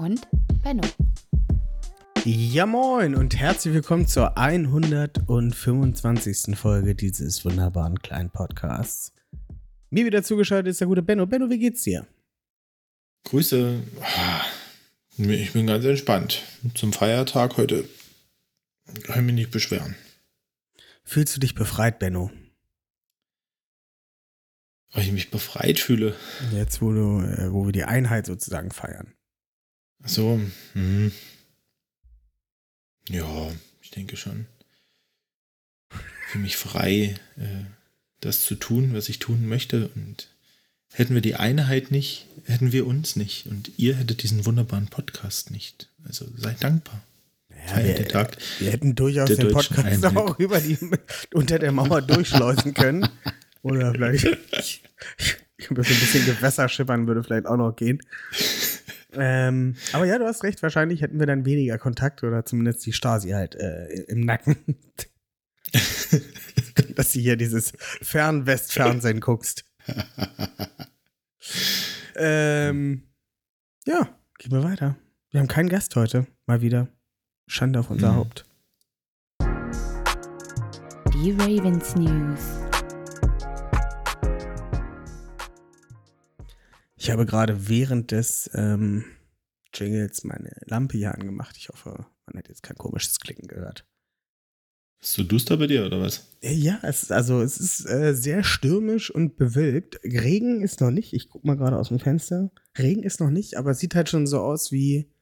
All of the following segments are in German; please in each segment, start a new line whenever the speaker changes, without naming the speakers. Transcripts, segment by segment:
und Benno.
Ja moin und herzlich willkommen zur 125. Folge dieses wunderbaren kleinen Podcasts. Mir wieder zugeschaltet ist der gute Benno. Benno, wie geht's dir?
Grüße. Ich bin ganz entspannt. Zum Feiertag heute kann ich mich nicht beschweren.
Fühlst du dich befreit, Benno?
Weil ich mich befreit fühle.
Jetzt, wo wir die Einheit sozusagen feiern.
Ach so. Ja, ich denke schon. Für mich frei, das zu tun, was ich tun möchte. Und hätten wir die Einheit nicht, hätten wir uns nicht. Und ihr hättet diesen wunderbaren Podcast nicht. Also seid dankbar.
Ja, wir hätten durchaus den Podcast auch unter der Mauer durchschleusen können. Oder vielleicht ein bisschen Gewässer schippern würde vielleicht auch noch gehen. Aber ja, du hast recht, wahrscheinlich hätten wir dann weniger Kontakt oder zumindest die Stasi halt im Nacken. Dass du hier dieses Fernwestfernsehen guckst. Ja, gehen wir weiter. Wir haben keinen Gast heute, mal wieder. Schande auf unser Haupt.
Die Ravens News.
Ich habe gerade während des Jingles meine Lampe hier angemacht. Ich hoffe, man hat jetzt kein komisches Klicken gehört.
Ist so duster bei dir, oder was?
Ja, es ist sehr stürmisch und bewölkt. Regen ist noch nicht. Ich gucke mal gerade aus dem Fenster. Regen ist noch nicht, aber es sieht halt schon so aus wie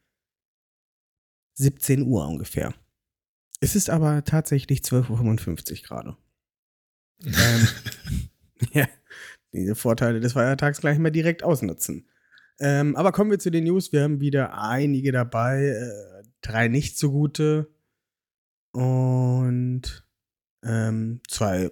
17 Uhr ungefähr. Es ist aber tatsächlich 12.55 Uhr gerade. Ja, diese Vorteile des Feiertags gleich mal direkt ausnutzen. Aber kommen wir zu den News. Wir haben wieder einige dabei. 3 nicht so gute. Und 3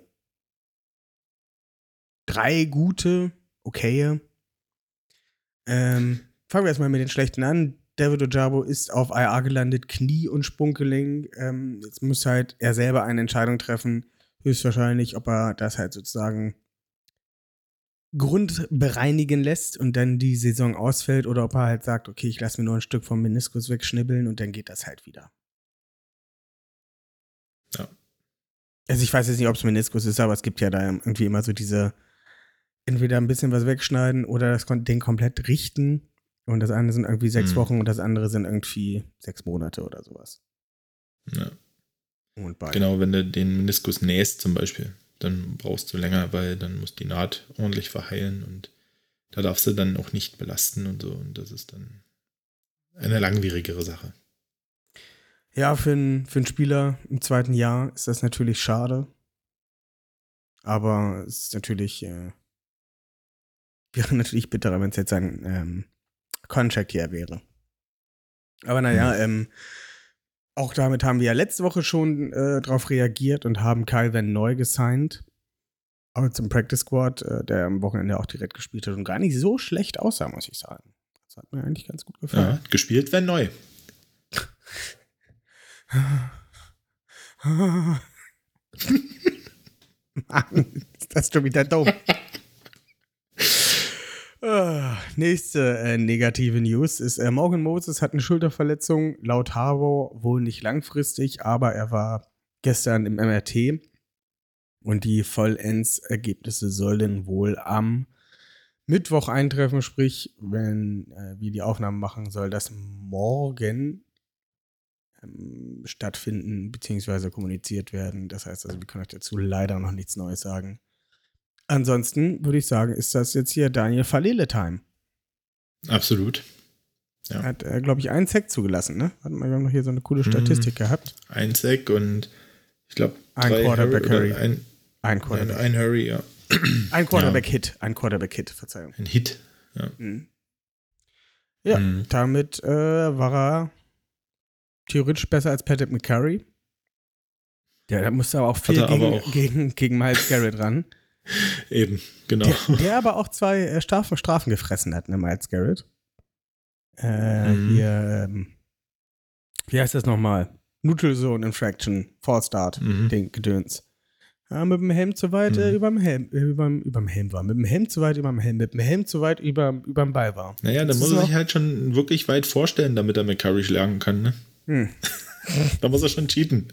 gute, okaye. Fangen wir erstmal mit den schlechten an. David Ojabo ist auf IR gelandet, Knie und Sprunggelenk. Jetzt muss halt er selber eine Entscheidung treffen, höchstwahrscheinlich, ob er das halt sozusagen grundbereinigen lässt und dann die Saison ausfällt oder ob er halt sagt, okay, ich lasse mir nur ein Stück vom Meniskus wegschnibbeln und dann geht das halt wieder.
Ja.
Also ich weiß jetzt nicht, ob es Meniskus ist, aber es gibt ja da irgendwie immer so diese, entweder ein bisschen was wegschneiden oder den komplett richten. Und das eine sind irgendwie 6 Wochen und das andere sind irgendwie 6 Monate oder sowas.
Ja.
Und beide.
Genau, wenn du den Meniskus nähst zum Beispiel, dann brauchst du länger, weil dann muss die Naht ordentlich verheilen und da darfst du dann auch nicht belasten und so. Und das ist dann eine langwierigere Sache.
Ja, für einen Spieler im 2. Jahr ist das natürlich schade. Aber es ist natürlich, wäre natürlich bitterer, wenn es jetzt ein Contract hier wäre. Aber naja, auch damit haben wir ja letzte Woche schon drauf reagiert und haben Kyle Van Noy gesigned. Aber zum Practice Squad, der am Wochenende auch direkt gespielt hat und gar nicht so schlecht aussah, muss ich sagen. Das hat mir eigentlich ganz gut gefallen.
Ja, gespielt Van Noy.
Mann, ist das schon wieder dumm. Nächste negative News ist, Morgan Moses hat eine Schulterverletzung, laut Harbour wohl nicht langfristig, aber er war gestern im MRT und die Vollendergebnisse sollen wohl am Mittwoch eintreffen, sprich, wenn wir die Aufnahmen machen, soll das morgen stattfinden bzw. kommuniziert werden. Das heißt also, wir können euch dazu leider noch nichts Neues sagen. Ansonsten würde ich sagen, ist das jetzt hier Daniel Falele-Time.
Absolut.
Ja. Hat, glaube ich, einen Sack zugelassen, ne? Wir haben noch hier so eine coole Statistik gehabt.
1 Sack und ich glaube
ein Quarterback-Hurry.
Ein Quarterback. Ein Hurry, ja.
Ein Quarterback-Hit. Ein Quarterback-Hit, Verzeihung.
Ein Hit, ja.
Ja, damit war er theoretisch besser als Patrick McCurry. Ja, da musste aber auch viel gegen Myles Garrett ran.
Eben, genau.
Der aber auch 2 Strafen gefressen hat, ne, Myles Garrett. Hier, wie heißt das nochmal? Neutral Zone Infraction, False Start, den Gedöns. Ja, mit dem Helm zu weit überm Helm war. Mit dem Helm zu weit überm Helm. Mit dem Helm zu weit überm Ball war.
Naja, dann muss er sich halt schon wirklich weit vorstellen, damit er McCurry schlagen kann, ne? Da muss er schon cheaten.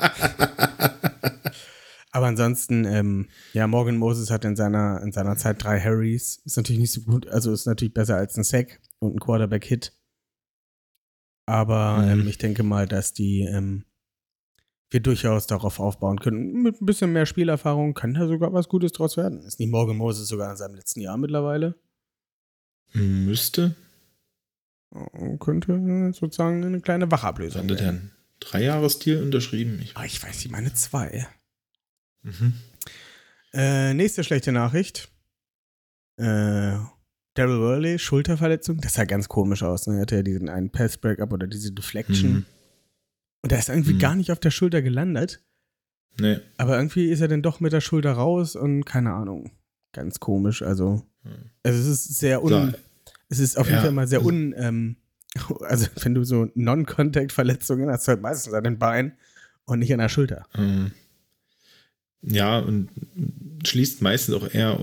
Aber ansonsten, Morgan Moses hat in seiner Zeit 3 Harrys. Ist natürlich nicht so gut, also ist natürlich besser als ein Sack und ein Quarterback-Hit. Aber ich denke mal, dass wir durchaus darauf aufbauen können. Mit ein bisschen mehr Spielerfahrung kann da sogar was Gutes draus werden. Ist nicht Morgan Moses sogar in seinem letzten Jahr mittlerweile?
Müsste.
Könnte sozusagen eine kleine Wachablösung
werden. Hat er einen 3-Jahres-Deal unterschrieben?
Ich weiß, ich meine 2. Nächste schlechte Nachricht. Daryl Worley, Schulterverletzung. Das sah ganz komisch aus. Ne? Er hatte ja diesen einen Pass-Breakup oder diese Deflection. Und er ist irgendwie gar nicht auf der Schulter gelandet.
Nee.
Aber irgendwie ist er dann doch mit der Schulter raus und keine Ahnung. Ganz komisch. Also es ist sehr es ist auf jeden Fall mal sehr also wenn du so Non-Contact-Verletzungen hast, halt meistens an den Beinen und nicht an der Schulter.
Ja, und schließt meistens auch eher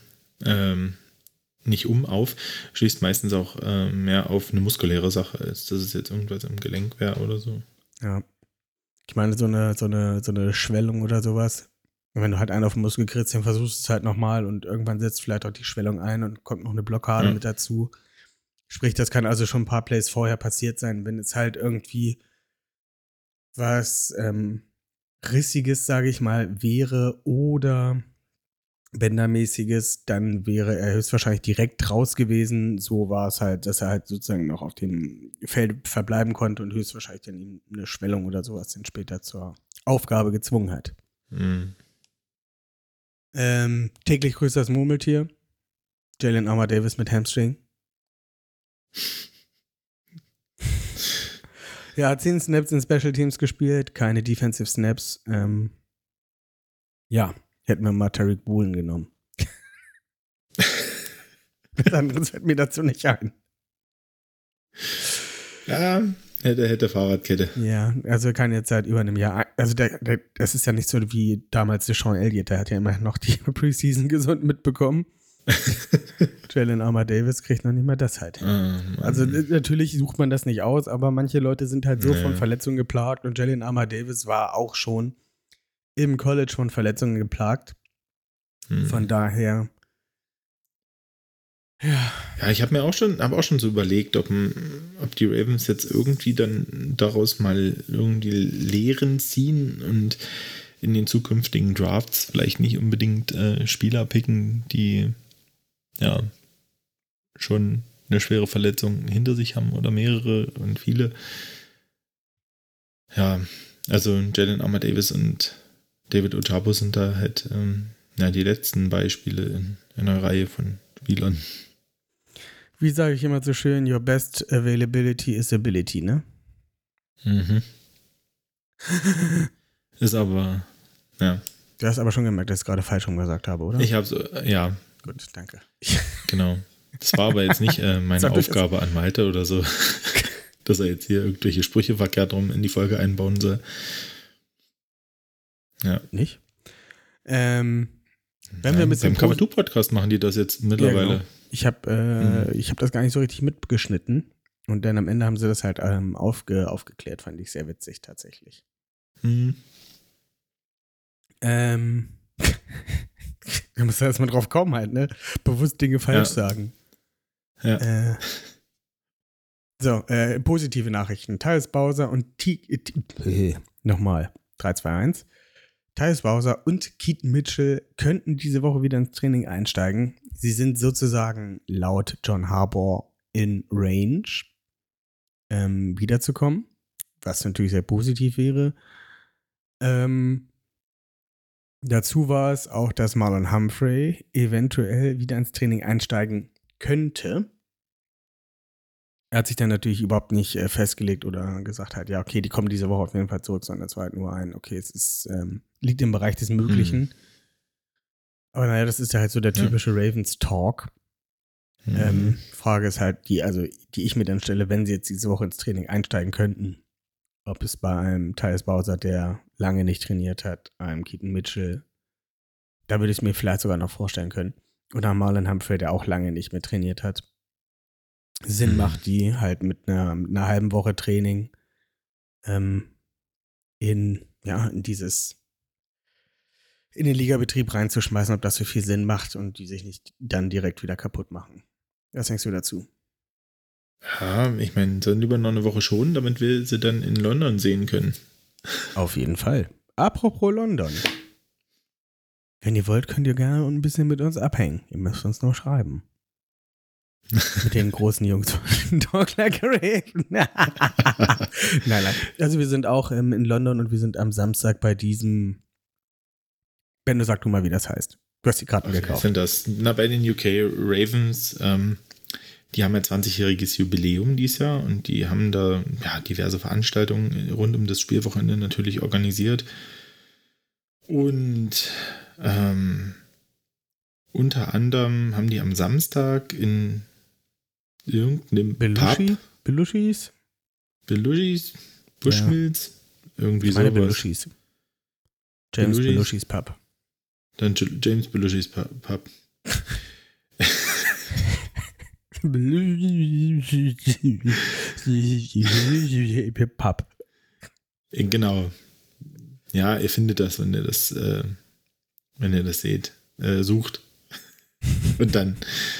schließt meistens auch mehr auf eine muskuläre Sache, als dass es jetzt irgendwas im Gelenk wäre oder so.
Ja. Ich meine, so eine Schwellung oder sowas. Und wenn du halt einen auf den Muskel kriegst, dann versuchst du es halt nochmal und irgendwann setzt vielleicht auch die Schwellung ein und kommt noch eine Blockade mit dazu. Sprich, das kann also schon ein paar Plays vorher passiert sein, wenn es halt irgendwie was Rissiges, sage ich mal, wäre oder Bändermäßiges, dann wäre er höchstwahrscheinlich direkt raus gewesen. So war es halt, dass er halt sozusagen noch auf dem Feld verbleiben konnte und höchstwahrscheinlich dann ihm eine Schwellung oder sowas dann später zur Aufgabe gezwungen hat. Täglich grüßt das Murmeltier. Jalen Armour-Davis mit Hamstring. Ja, 10 Snaps in Special Teams gespielt, keine Defensive Snaps. Hätten wir mal Tariq Woolen genommen. Was anderes fällt mir dazu nicht ein.
Ja, hätte Fahrradkette.
Ja, also kann jetzt seit über einem Jahr, also das ist ja nicht so wie damals Deshaun Elliott, der hat ja immerhin noch die Preseason gesund mitbekommen. Jalen Armour-Davis kriegt noch nicht mal das halt. Also natürlich sucht man das nicht aus, aber manche Leute sind halt so von Verletzungen geplagt und Jalen Armour-Davis war auch schon im College von Verletzungen geplagt. Von daher
Ja, ich habe auch schon so überlegt, ob die Ravens jetzt irgendwie dann daraus mal irgendwie Lehren ziehen und in den zukünftigen Drafts vielleicht nicht unbedingt Spieler picken, die ja schon eine schwere Verletzung hinter sich haben oder mehrere und viele. Ja, also Jalen Armour-Davis und David Ojabo sind da halt die letzten Beispiele in einer Reihe von Spielern.
Wie sage ich immer so schön, your best availability is ability, ne?
Ist aber, ja.
Du hast aber schon gemerkt, dass ich es gerade falsch rum gesagt habe, oder?
Ich habe so, ja.
Gut, danke.
Genau. Das war aber jetzt nicht meine Aufgabe an Malte oder so, dass er jetzt hier irgendwelche Sprüche verkehrt rum in die Folge einbauen soll. Ja.
Nicht? Wenn wir ein bisschen
beim Cover-2-Podcast machen die das jetzt mittlerweile.
Ja, genau. Ich hab das gar nicht so richtig mitgeschnitten und dann am Ende haben sie das halt aufgeklärt, fand ich sehr witzig tatsächlich. Wir müssen erstmal drauf kommen halt, ne? Bewusst Dinge falsch sagen.
Ja.
Positive Nachrichten. Tyus Bowser und nochmal 3, 2, 1. Tyus Bowser und Keaton Mitchell könnten diese Woche wieder ins Training einsteigen. Sie sind sozusagen laut John Harbaugh in Range, wiederzukommen, was natürlich sehr positiv wäre. Dazu war es auch, dass Marlon Humphrey eventuell wieder ins Training einsteigen könnte. Er hat sich dann natürlich überhaupt nicht festgelegt oder gesagt hat, ja, okay, die kommen diese Woche auf jeden Fall zurück, sondern es war halt nur es ist, liegt im Bereich des Möglichen. Aber naja, das ist ja halt so der typische Ravens-Talk. Frage ist halt, die ich mir dann stelle, wenn sie jetzt diese Woche ins Training einsteigen könnten, ob es bei einem Tyus Bowser, der lange nicht trainiert hat, einem Keaton Mitchell Da würde ich es mir vielleicht sogar noch vorstellen können. Oder Marlon Humphrey, der auch lange nicht mehr trainiert hat. Sinn macht, die halt mit einer halben Woche Training in den Ligabetrieb reinzuschmeißen, ob das so viel Sinn macht und die sich nicht dann direkt wieder kaputt machen. Was denkst du dazu?
Ja, ich meine, dann lieber noch eine Woche schon, damit wir sie dann in London sehen können.
Auf jeden Fall. Apropos London. Wenn ihr wollt, könnt ihr gerne ein bisschen mit uns abhängen. Ihr müsst uns nur schreiben. Mit den großen Jungs von Talk Like a Raven. Nein. Also wir sind auch in London und wir sind am Samstag bei diesem. Benno, sag du mal, wie das heißt. Du hast die Karten gekauft.
Sind das? Bei den UK Ravens, die haben ja 20-jähriges Jubiläum dieses Jahr und die haben da diverse Veranstaltungen rund um das Spielwochenende natürlich organisiert. Und unter anderem haben die am Samstag in irgendeinem Pub.
Belushis,
Bushmills, irgendwie
ich meine
sowas.
Belushis. James Belushis Pub.
Dann James Belushis Pub.
Pub.
Genau. Ja, ihr findet das, wenn ihr das seht, sucht. Und dann,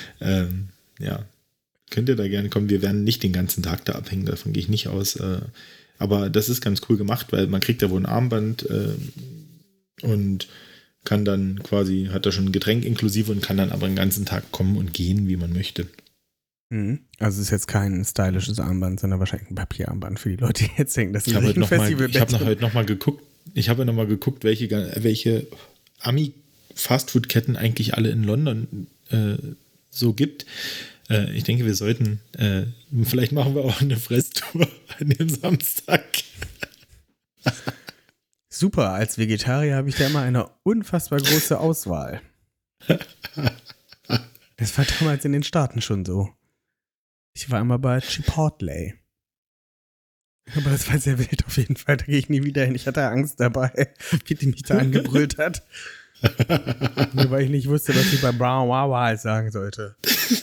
könnt ihr da gerne kommen. Wir werden nicht den ganzen Tag da abhängen, davon gehe ich nicht aus. Aber das ist ganz cool gemacht, weil man kriegt da wohl ein Armband und kann dann quasi, hat da schon ein Getränk inklusive und kann dann aber den ganzen Tag kommen und gehen, wie man möchte.
Also es ist jetzt kein stylisches Armband, sondern wahrscheinlich ein Papierarmband für die Leute, die jetzt denken, das ist ein Festival.
Ich habe heute nochmal geguckt, welche Ami-Fastfood-Ketten eigentlich alle in London so gibt. Ich denke, wir sollten, vielleicht machen wir auch eine Fresstour an dem Samstag.
Super, als Vegetarier habe ich da immer eine unfassbar große Auswahl. Das war damals in den Staaten schon so. Ich war immer bei Chipotle. Aber das war sehr wild auf jeden Fall, da gehe ich nie wieder hin. Ich hatte Angst dabei, wie die mich da angebrüllt hat. Nur weil ich nicht wusste, was ich bei Brown Wawa sagen sollte.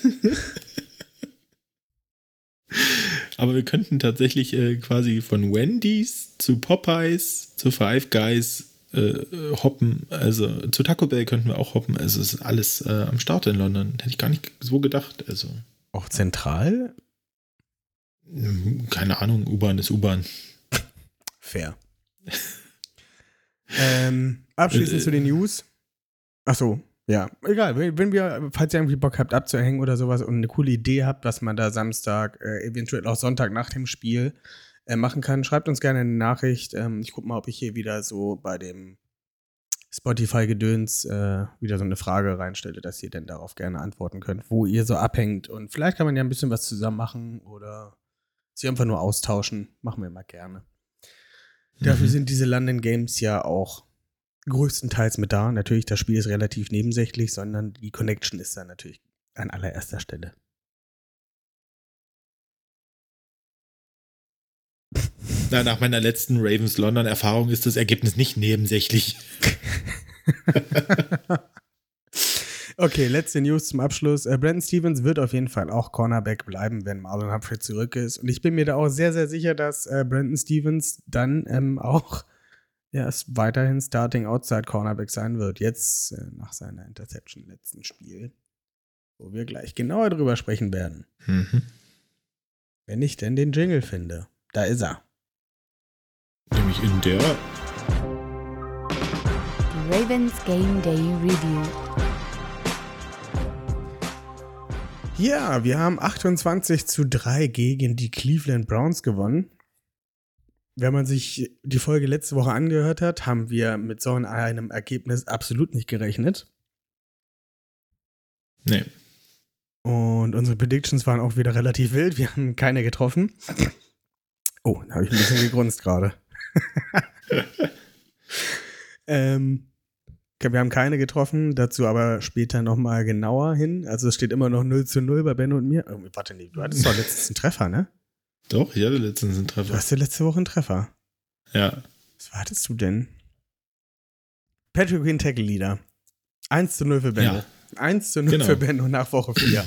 Aber wir könnten tatsächlich quasi von Wendy's zu Popeyes zu Five Guys hoppen. Also zu Taco Bell könnten wir auch hoppen. Also es ist alles am Start in London. Hätte ich gar nicht so gedacht. Also
auch zentral?
Keine Ahnung, U-Bahn ist U-Bahn.
Fair. Abschließend zu den News. Achso, ja, egal. Falls ihr irgendwie Bock habt abzuhängen oder sowas und eine coole Idee habt, was man da Samstag, eventuell auch Sonntag nach dem Spiel machen kann, schreibt uns gerne eine Nachricht. Ich guck mal, ob ich hier wieder so bei dem Spotify-Gedöns wieder so eine Frage reinstelle, dass ihr denn darauf gerne antworten könnt, wo ihr so abhängt. Und vielleicht kann man ja ein bisschen was zusammen machen oder sich einfach nur austauschen. Machen wir immer gerne. Dafür sind diese London Games ja auch größtenteils mit da. Natürlich, das Spiel ist relativ nebensächlich, sondern die Connection ist dann natürlich an allererster Stelle.
Na, nach meiner letzten Ravens-London-Erfahrung ist das Ergebnis nicht nebensächlich.
Okay, letzte News zum Abschluss. Brandon Stephens wird auf jeden Fall auch Cornerback bleiben, wenn Marlon Humphrey zurück ist. Und ich bin mir da auch sehr, sehr sicher, dass Brandon Stephens dann auch weiterhin Starting Outside Cornerback sein wird. Jetzt nach seiner Interception im letzten Spiel, wo wir gleich genauer drüber sprechen werden. Wenn ich denn den Jingle finde. Da ist er.
Nämlich in der
Ravens Game Day Review.
Ja, wir haben 28-3 gegen die Cleveland Browns gewonnen. Wenn man sich die Folge letzte Woche angehört hat, haben wir mit so einem Ergebnis absolut nicht gerechnet.
Nee.
Und unsere Predictions waren auch wieder relativ wild. Wir haben keine getroffen. Oh, da habe ich ein bisschen gegrunzt gerade. Wir haben keine getroffen, dazu aber später nochmal genauer hin. Also es steht immer noch 0-0 bei Benno und mir. Warte, nee, du hattest doch letztens einen Treffer, ne?
Doch, ich hatte letztens einen Treffer.
Du hast ja letzte Woche einen Treffer.
Ja.
Was hattest du denn? Patrick Quinn Tackle Leader. 1:0 für Benno.
Ja.
1:0
Genau.
für Benno nach Woche 4.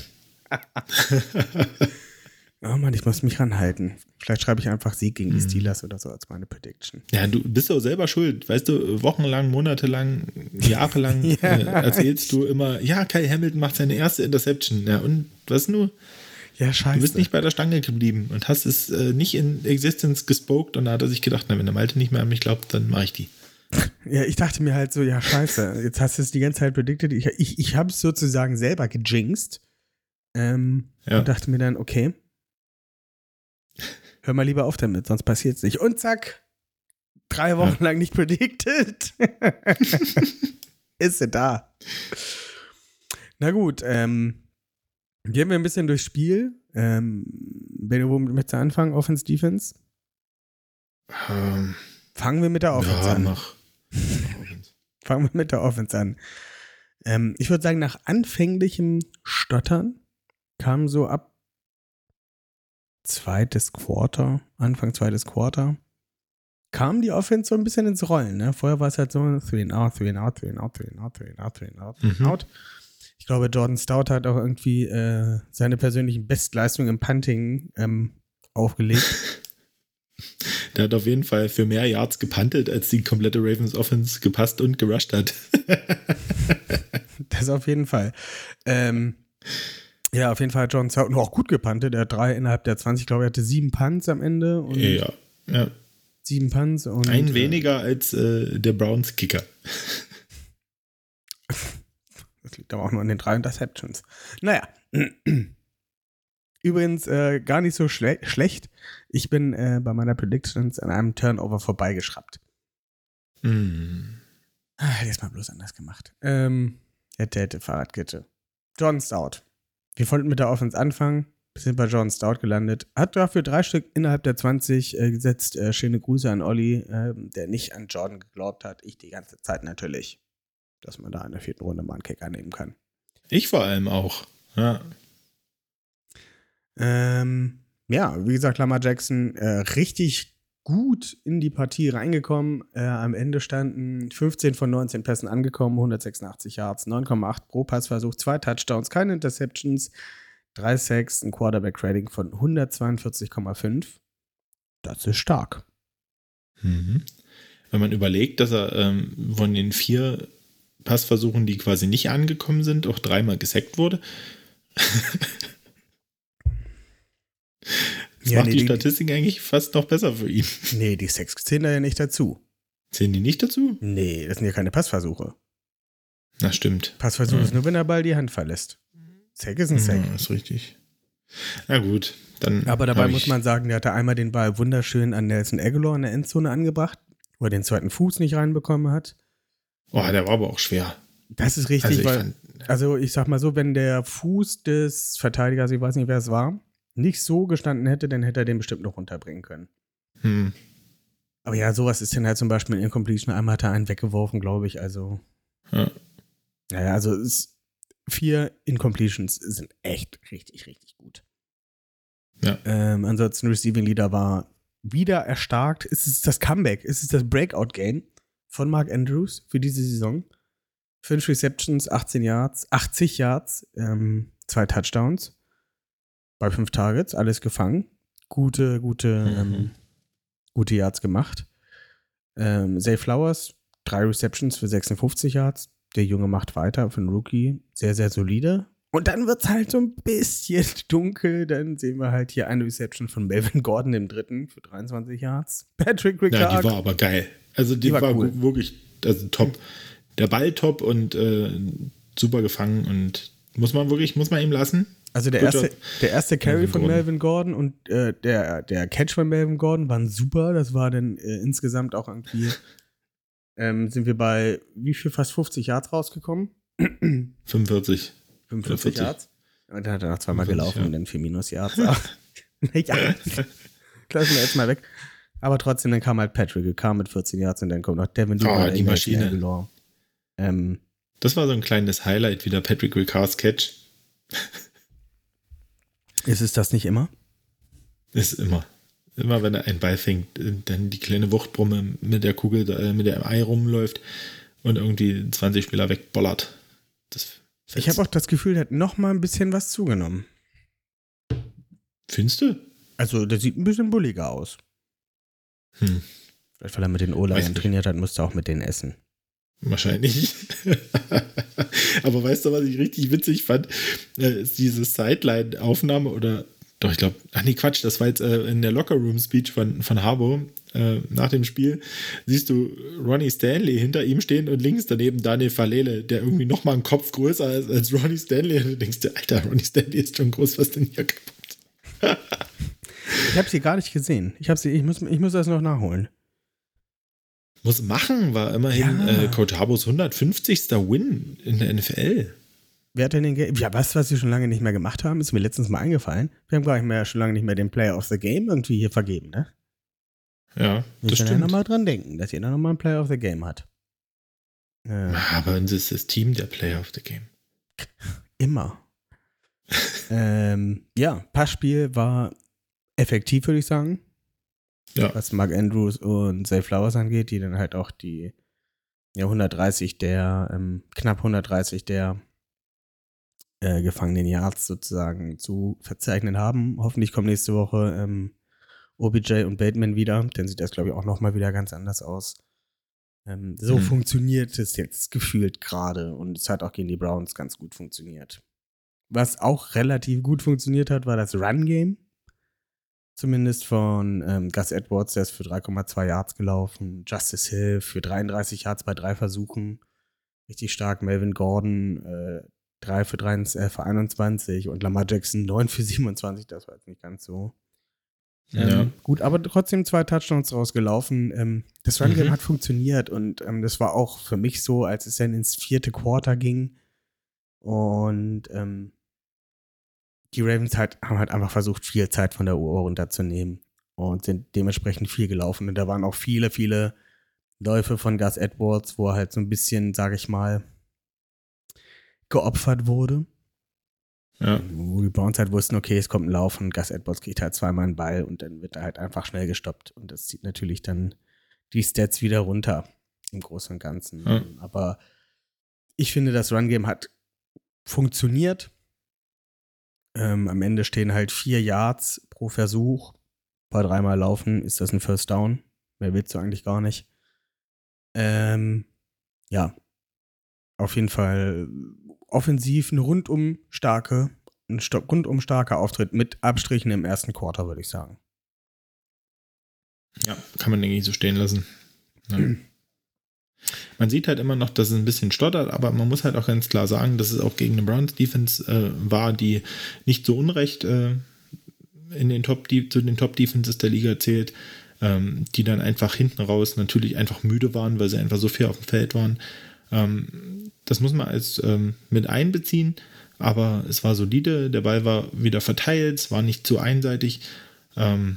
Oh Mann, ich muss mich ranhalten. Vielleicht schreibe ich einfach Sieg gegen die Steelers oder so als meine Prediction.
Ja, du bist doch selber schuld. Weißt du, wochenlang, monatelang, jahrelang erzählst du immer, ja, Kyle Hamilton macht seine erste Interception. Ja, und was nun?
Ja, scheiße.
Du bist nicht bei der Stange geblieben und hast es nicht in Existence gespoked und da hat er sich gedacht, na, wenn der Malte nicht mehr an mich glaubt, dann mache ich die.
Ja, ich dachte mir halt so, ja, scheiße, jetzt hast du es die ganze Zeit predicted. Ich habe es sozusagen selber gejinxt. Und dachte mir dann, okay, hör mal lieber auf damit, sonst passiert es nicht. Und zack, 3 Wochen lang nicht predicted. Ist sie da. Na gut, gehen wir ein bisschen durchs Spiel. Benno, womit möchtest du anfangen? Offense, Defense? Fangen wir mit der Offense an. Fangen wir mit der Offense an. Ich würde sagen, nach anfänglichem Stottern kam so ab Anfang zweites Quarter, kam die Offense so ein bisschen ins Rollen. Ne? Vorher war es halt so 3 and out. Ich glaube, Jordan Stout hat auch irgendwie seine persönlichen Bestleistungen im Punting aufgelegt.
Der hat auf jeden Fall für mehr Yards gepuntet, als die komplette Ravens Offense gepasst und gerusht hat.
Das auf jeden Fall. Ja, auf jeden Fall hat Jordan Stout noch gut gepuntet. Er hat 3 innerhalb der 20. Ich glaube, er hatte 7 Punts am Ende. Und
ja.
7 Punts. Und,
ein weniger als der Browns Kicker.
Das liegt aber auch nur an den 3 Interceptions. Naja. Übrigens gar nicht so schlecht. Ich bin bei meiner Predictions an einem Turnover vorbeigeschraubt. Hätte ich es mal bloß anders gemacht. Hätte Fahrradkette. Jordan Stout. Wir wollten mit der Offense anfangen. Wir sind bei Jordan Stout gelandet. Hat dafür 3 Stück innerhalb der 20 gesetzt. Schöne Grüße an Olli, der nicht an Jordan geglaubt hat. Ich die ganze Zeit natürlich. Dass man da in der 4. Runde mal einen Kicker nehmen kann.
Ich vor allem auch. Ja.
Ja, wie gesagt, Lamar Jackson richtig gut in die Partie reingekommen. Am Ende standen 15 von 19 Pässen angekommen, 186 Yards, 9,8 pro Passversuch, 2 Touchdowns, keine Interceptions, 3 Sacks, ein Quarterback-Rating von 142,5. Das ist stark.
Wenn man überlegt, dass er von den 4 Passversuchen, die quasi nicht angekommen sind, auch 3-mal gesackt wurde. Das macht die Statistik eigentlich fast noch besser für ihn.
Nee, die Sacks zählen da ja nicht dazu.
Zählen die nicht dazu?
Nee, das sind ja keine Passversuche.
Na, stimmt.
Passversuch ist nur, wenn der Ball die Hand verlässt. Sack ist ein Sack.
Ja, ist richtig. Na gut, dann.
Aber dabei muss man sagen, der hatte einmal den Ball wunderschön an Nelson Aguilar in der Endzone angebracht, wo er den zweiten Fuß nicht reinbekommen hat.
Oh, der war aber auch schwer.
Das ist richtig, also ich sag mal so, wenn der Fuß des Verteidigers, ich weiß nicht, wer es war, nicht so gestanden hätte, dann hätte er den bestimmt noch runterbringen können. Aber ja, sowas ist dann halt zum Beispiel in Incompletion. Einmal hat er einen weggeworfen, glaube ich, also. Ja. Naja, also 4 Incompletions sind echt richtig, richtig gut.
Ja.
Ansonsten Receiving Leader war wieder erstarkt. Es ist das Comeback, es ist das Breakout-Game von Mark Andrews für diese Saison. 5 Receptions, 80 Yards, 2 Touchdowns. Bei 5 Targets, alles gefangen. Gute Yards gemacht. Zay Flowers, 3 Receptions für 56 Yards. Der Junge macht weiter für einen Rookie. Sehr, sehr solide. Und dann wird es halt so ein bisschen dunkel. Dann sehen wir halt hier eine Reception von Melvin Gordon im 3. für 23 Yards. Patrick Ricard.
Ja, die war aber geil. Also die war cool. Wirklich top. Der Ball top und super gefangen und muss man ihm lassen. Also der erste Carry von Melvin Gordon und der Catch von Melvin Gordon waren super. Das war dann insgesamt auch irgendwie, sind wir bei wie viel, fast 50 Yards rausgekommen? 45 Yards. Und dann hat er noch 2-mal gelaufen und dann 4 Minus-Yards. Ja, lassen wir jetzt mal weg. Aber trotzdem, dann kam halt Patrick, mit 14 Yards und dann kommt noch Devin Duvall. Die Maschine. Das war so ein kleines Highlight, wieder Patrick Ricards Catch.
Ist es das nicht immer?
Ist immer. Immer wenn er einen Ball fängt, dann die kleine Wuchtbrumme mit der Kugel, mit der Ei rumläuft und irgendwie 20 Spieler wegbollert.
Ich habe auch das Gefühl, der hat noch mal ein bisschen was zugenommen.
Findest du?
Also, der sieht ein bisschen bulliger aus. Vielleicht, weil er mit den O-Linern trainiert hat, musste er auch mit denen essen.
Wahrscheinlich. Aber weißt du, was ich richtig witzig fand? Ist diese Sideline-Aufnahme oder doch, ich glaube, Quatsch, das war jetzt in der Locker-Room-Speech von Harbaugh nach dem Spiel. Siehst du Ronnie Stanley hinter ihm stehen und links daneben Daniel Falele, der irgendwie noch mal einen Kopf größer ist als Ronnie Stanley. Und du denkst dir, Alter, Ronnie Stanley ist schon groß, was denn hier kaputt?
Ich habe sie gar nicht gesehen. Ich muss das noch nachholen.
Muss machen, war immerhin Coach Harbaughs 150. Win in der NFL.
Wer hat denn den Game? Ja, was wir schon lange nicht mehr gemacht haben, ist mir letztens mal eingefallen. Wir haben gar nicht mehr, schon lange nicht mehr den Player of the Game irgendwie hier vergeben, ne?
Ja, das stimmt.
Ja nochmal dran denken, dass jeder nochmal einen Player of the Game hat.
Aber uns ist das Team der Player of the Game.
Immer. Passspiel war effektiv, würde ich sagen.
Ja.
Was Mark Andrews und Zay Flowers angeht, die dann halt auch die knapp 130 der gefangenen Yards sozusagen zu verzeichnen haben. Hoffentlich kommt nächste Woche OBJ und Bateman wieder, dann sieht das, glaube ich, auch nochmal wieder ganz anders aus. Funktioniert es jetzt gefühlt gerade und es hat auch gegen die Browns ganz gut funktioniert. Was auch relativ gut funktioniert hat, war das Run-Game. Zumindest von Gus Edwards, der ist für 3,2 Yards gelaufen. Justice Hill für 33 Yards bei 3 Versuchen. Richtig stark. Melvin Gordon 3 für 21 und Lamar Jackson 9 für 27. Das war jetzt nicht ganz so. Gut, aber trotzdem 2 Touchdowns rausgelaufen. Das Run-Game hat funktioniert und das war auch für mich so, als es dann ins 4. Quarter ging und die Ravens haben halt einfach versucht, viel Zeit von der Uhr runterzunehmen und sind dementsprechend viel gelaufen. Und da waren auch viele, viele Läufe von Gus Edwards, wo er halt so ein bisschen, sage ich mal, geopfert wurde. Ja. Wo die Browns halt wussten, okay, es kommt ein Lauf und Gus Edwards kriegt halt zweimal einen Ball und dann wird er halt einfach schnell gestoppt. Und das zieht natürlich dann die Stats wieder runter im Großen und Ganzen. Ja. Aber ich finde, das Run-Game hat funktioniert. Am Ende stehen halt 4 Yards pro Versuch. Bei 3-mal laufen ist das ein First Down. Mehr willst du eigentlich gar nicht. Auf jeden Fall offensiv ein rundum starker Auftritt mit Abstrichen im ersten Quarter, würde ich sagen.
Ja, kann man, denke ich, so stehen lassen. Ja. Man sieht halt immer noch, dass es ein bisschen stottert, aber man muss halt auch ganz klar sagen, dass es auch gegen eine Browns-Defense war, die nicht so unrecht zu den Top-Defenses der Liga zählt, die dann einfach hinten raus natürlich einfach müde waren, weil sie einfach so viel auf dem Feld waren. Das muss man als mit einbeziehen, aber es war solide, der Ball war wieder verteilt, es war nicht zu einseitig. Von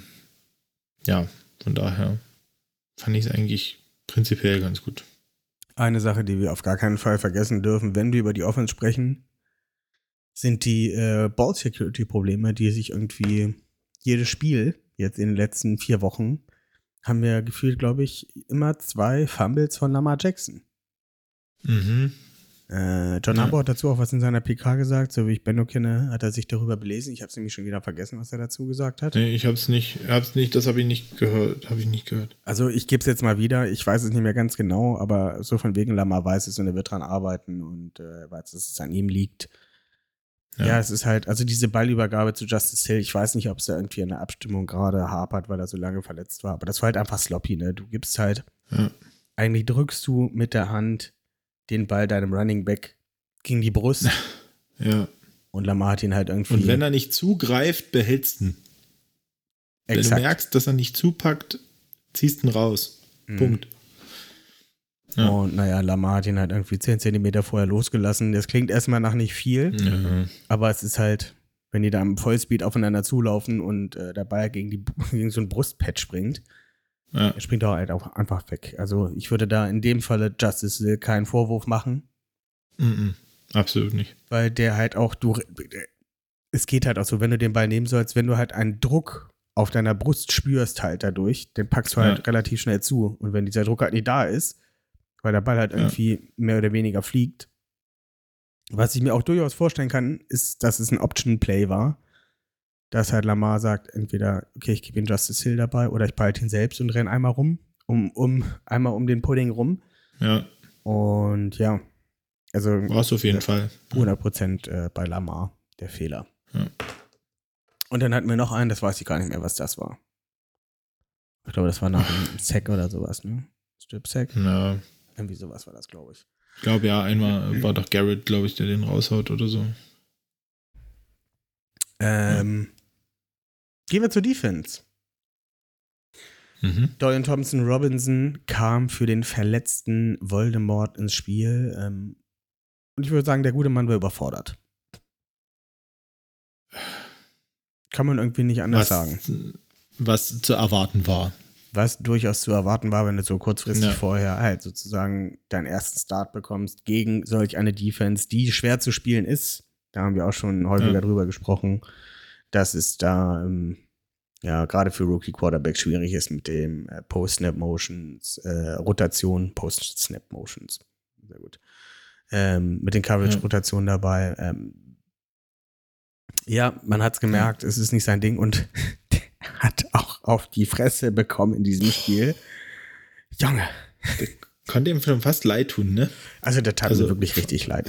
daher fand ich es eigentlich prinzipiell ganz gut.
Eine Sache, die wir auf gar keinen Fall vergessen dürfen, wenn wir über die Offense sprechen, sind die Ball-Security-Probleme, die sich irgendwie jedes Spiel, jetzt in den letzten 4 Wochen, haben wir gefühlt, glaube ich, immer 2 Fumbles von Lamar Jackson. John Harbaugh hat dazu auch was in seiner PK gesagt, so wie ich Benno kenne, hat er sich darüber belesen. Ich habe es nämlich schon wieder vergessen, was er dazu gesagt hat.
Nee, ich hab's nicht, das habe ich nicht gehört.
Also ich gebe es jetzt mal wieder, ich weiß es nicht mehr ganz genau, aber so von wegen Lamar weiß es und er wird dran arbeiten und weiß, dass es an ihm liegt. Ja, es ist halt, also diese Ballübergabe zu Justice Hill, ich weiß nicht, ob es da irgendwie in der Abstimmung gerade hapert, weil er so lange verletzt war, aber das war halt einfach sloppy, ne? Du gibst halt, eigentlich drückst du mit der Hand den Ball deinem Running Back gegen die Brust.
Ja.
Und Lamar hat ihn halt irgendwie.
Und wenn er nicht zugreift, behältst ihn. Wenn du merkst, dass er nicht zupackt, ziehst ihn raus. Punkt.
Ja. Und Lamar hat ihn halt irgendwie 10 Zentimeter vorher losgelassen. Das klingt erstmal nach nicht viel, aber es ist halt, wenn die da im Vollspeed aufeinander zulaufen und der Ball gegen so ein Brustpad springt, er springt auch halt auch einfach weg. Also ich würde da in dem Falle Justice Hill keinen Vorwurf machen.
Absolut nicht.
Weil der halt auch, es geht halt auch so, wenn du den Ball nehmen sollst, wenn du halt einen Druck auf deiner Brust spürst halt dadurch, den packst du halt relativ schnell zu. Und wenn dieser Druck halt nicht da ist, weil der Ball halt irgendwie mehr oder weniger fliegt, Was ich mir auch durchaus vorstellen kann, ist, dass es ein Option-Play war. Dass halt Lamar sagt, entweder, okay, ich gebe ihn Justice Hill dabei oder ich behalte ihn selbst und renne einmal rum, einmal um den Pudding rum.
Ja.
Und ja, also
war es auf jeden Fall.
100% bei Lamar, der Fehler.
Ja.
Und dann hatten wir noch einen, das weiß ich gar nicht mehr, was das war. Ich glaube, das war nach einem Sack oder sowas, ne? Strip-Sack?
Ja.
Irgendwie sowas war das, glaube ich.
Ich glaube, ja, einmal war doch Garrett, glaube ich, der den raushaut oder so.
Gehen wir zur Defense. Dorian Thompson-Robinson kam für den verletzten Voldemort ins Spiel. Und ich würde sagen, der gute Mann war überfordert. Kann man irgendwie nicht anders sagen.
Was zu erwarten war.
Was durchaus zu erwarten war, wenn du so kurzfristig vorher halt sozusagen deinen ersten Start bekommst gegen solch eine Defense, die schwer zu spielen ist. Da haben wir auch schon häufiger drüber gesprochen, dass es da gerade für Rookie-Quarterbacks schwierig ist mit dem Post-Snap-Motions, Rotation, Post-Snap-Motions. Sehr gut. Mit den Coverage-Rotationen dabei. Ja, man hat's gemerkt, es ist nicht sein Ding und der hat auch auf die Fresse bekommen in diesem Spiel. Junge.
Das konnte ihm schon fast leid tun, ne?
Also der tat mir wirklich richtig leid.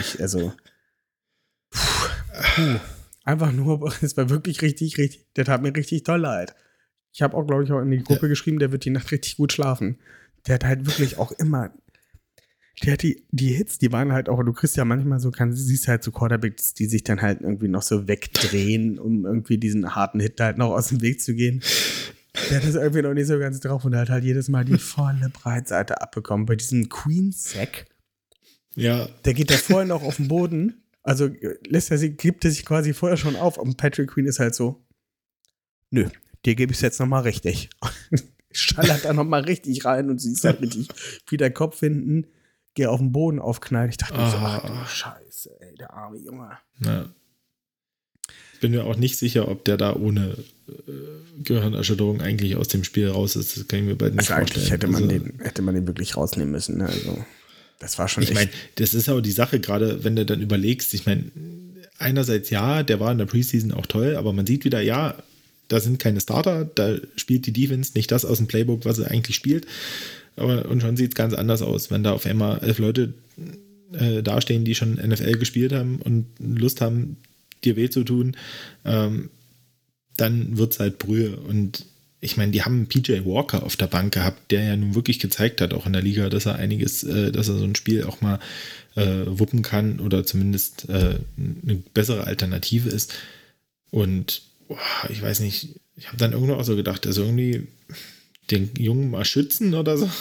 Einfach nur, es war wirklich richtig, der tat mir richtig doll leid. Ich habe auch, glaube ich, auch in die Gruppe geschrieben, der wird die Nacht richtig gut schlafen. Der hat halt wirklich auch immer, der hat die Hits, die waren halt auch, du kriegst ja manchmal so, siehst halt so Quarterbacks, die sich dann halt irgendwie noch so wegdrehen, um irgendwie diesen harten Hit halt noch aus dem Weg zu gehen. Der hat das irgendwie noch nicht so ganz drauf und der hat halt jedes Mal die volle Breitseite abbekommen. Bei diesem Queen-Sack, der geht da vorher noch auf den Boden, also gibt er sich quasi vorher schon auf und Patrick Queen ist halt so, nö, dir gebe ich es jetzt nochmal richtig. Schallert da nochmal richtig rein und siehst halt richtig, wie der Kopf hinten auf den Boden aufknallt. Ich dachte mir so, ach du Scheiße, ey, der arme Junge.
Ja. Ich bin mir auch nicht sicher, ob der da ohne Gehirnerschütterung eigentlich aus dem Spiel raus ist. Das kann ich mir bald nicht vorstellen.
Eigentlich hätte man den wirklich rausnehmen müssen. Ne? Also, das war schon
Ich meine, das ist auch die Sache, gerade wenn du dann überlegst, ich meine, einerseits der war in der Preseason auch toll, aber man sieht wieder, da sind keine Starter, da spielt die Defense nicht das aus dem Playbook, was sie eigentlich spielt. Und schon sieht es ganz anders aus, wenn da auf einmal 11 Leute dastehen, die schon NFL gespielt haben und Lust haben, dir weh zu tun, dann wird es halt Brühe. Und ich meine, die haben PJ Walker auf der Bank gehabt, der ja nun wirklich gezeigt hat, auch in der Liga, dass er dass er so ein Spiel auch mal wuppen kann oder zumindest eine bessere Alternative ist. Und ich weiß nicht, ich habe dann irgendwo auch so gedacht, also irgendwie den Jungen mal schützen oder so,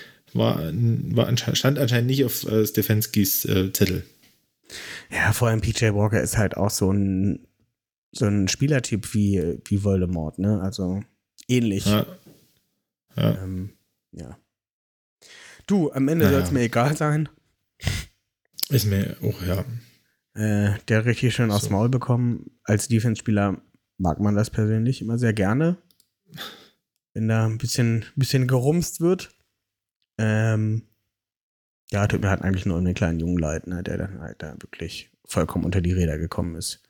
stand anscheinend nicht auf Stefanskis Zettel.
Ja, vor allem PJ Walker ist halt auch so ein Spielertyp wie Voldemort, ne? Also ähnlich. Ja. Du, am Ende soll es mir egal sein.
Ist mir auch,
der richtig schön aufs Maul bekommen. Als Defense-Spieler mag man das persönlich immer sehr gerne. Wenn da ein bisschen gerumst wird. Tut mir halt eigentlich nur um den kleinen Jungen leid, ne, der dann halt da wirklich vollkommen unter die Räder gekommen ist.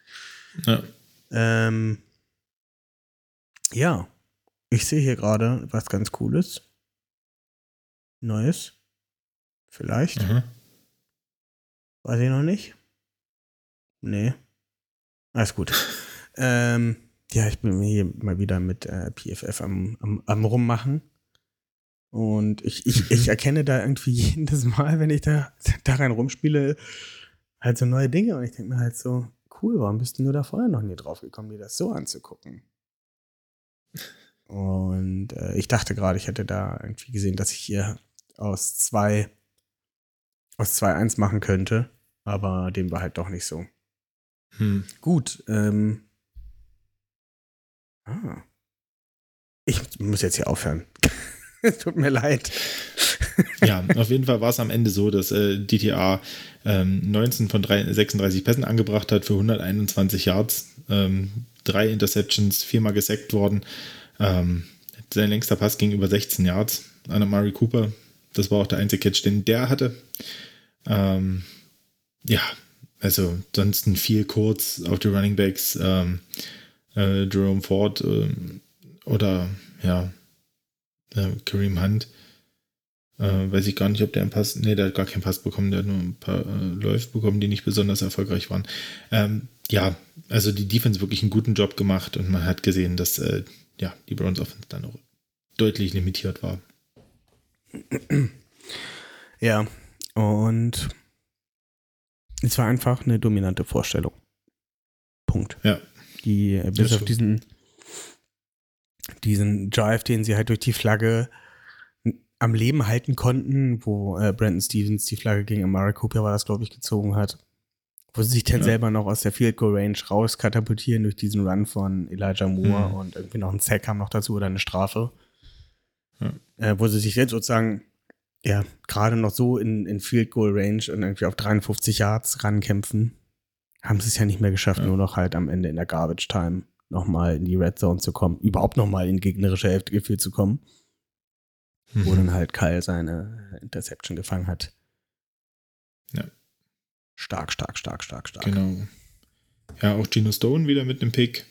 Ja. Ich sehe hier gerade was ganz Cooles. Neues. Vielleicht. Weiß ich noch nicht. Nee. Alles gut. Ich bin hier mal wieder mit PFF am Rummachen. Und ich erkenne da irgendwie jedes Mal, wenn ich da rein rumspiele, halt so neue Dinge. Und ich denke mir halt so, cool, warum bist du da vorher noch nie drauf gekommen, dir das so anzugucken? Und ich dachte gerade, ich hätte da irgendwie gesehen, dass ich hier aus 2-1 machen könnte. Aber dem war halt doch nicht so. Gut, ich muss jetzt hier aufhören. Es tut mir leid.
Ja, auf jeden Fall war es am Ende so, dass DTA 19 von 36 Pässen angebracht hat für 121 Yards, 3 Interceptions, 4-mal gesackt worden. Sein längster Pass ging über 16 Yards an Amari Cooper. Das war auch der einzige Catch, den der hatte. also ansonsten viel kurz auf die Running Backs, Jerome Ford oder Kareem Hunt. Weiß ich gar nicht, ob der einen Pass, der hat gar keinen Pass bekommen, der hat nur ein paar Läufe bekommen, die nicht besonders erfolgreich waren. Also die Defense wirklich einen guten Job gemacht und man hat gesehen, dass die Browns Offense dann auch deutlich limitiert war.
Ja, und es war einfach eine dominante Vorstellung. Punkt.
Ja.
Die bis auf diesen Drive, den sie halt durch die Flagge am Leben halten konnten, wo Brandon Stephens die Flagge gegen Amari Cooper war das, glaube ich, gezogen hat. Wo sie sich dann selber noch aus der Field Goal Range rauskatapultieren durch diesen Run von Elijah Moore und irgendwie noch ein Sack kam noch dazu oder eine Strafe. Wo sie sich jetzt sozusagen gerade noch so in Field Goal Range und irgendwie auf 53 Yards rankämpfen, haben sie es ja nicht mehr geschafft, nur noch halt am Ende in der Garbage Time nochmal in die Red Zone zu kommen, überhaupt nochmal in gegnerische Hälfte gefühlt zu kommen, wo dann halt Kyle seine Interception gefangen hat.
Ja.
Stark.
Genau. Ja, auch Geno Stone wieder mit einem Pick.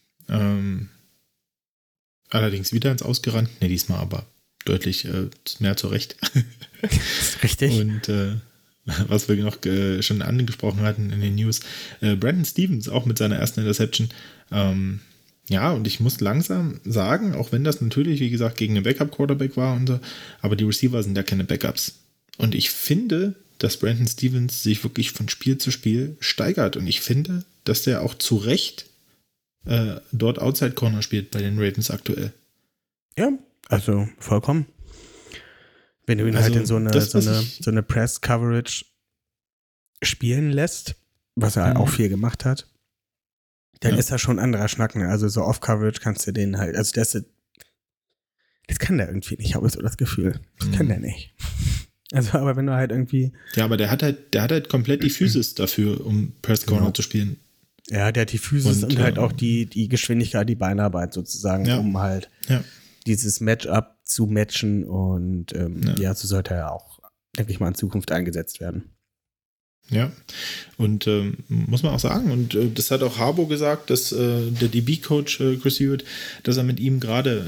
Allerdings wieder ins Ausgerannt. Ne, diesmal aber deutlich mehr zurecht.
Richtig.
Und was wir noch schon angesprochen hatten in den News, Brandon Stephens auch mit seiner ersten Interception. Und ich muss langsam sagen, auch wenn das natürlich, wie gesagt, gegen einen Backup-Quarterback war und so, aber die Receiver sind ja keine Backups. Und ich finde, dass Brandon Stephens sich wirklich von Spiel zu Spiel steigert. Und ich finde, dass der auch zu Recht dort Outside Corner spielt bei den Ravens aktuell.
Ja, also vollkommen. Wenn du ihn halt in so eine Press-Coverage spielen lässt, was er auch viel gemacht hat, dann ist er schon ein anderer Schnack. Ne? Also so Off-Coverage kannst du den halt, also das kann der irgendwie nicht, habe ich so das Gefühl. Das kann der nicht. Also, aber wenn du halt irgendwie. Ja,
aber der hat halt komplett die Physis dafür, um Press Corner zu spielen.
Ja, der hat die Physis und halt auch die Geschwindigkeit, die Beinarbeit sozusagen, um halt dieses Matchup zu matchen und so sollte er auch, denke ich mal, in Zukunft eingesetzt werden.
Ja, und muss man auch sagen, und das hat auch Harbaugh gesagt, dass der DB-Coach Chris Hewitt, dass er mit ihm gerade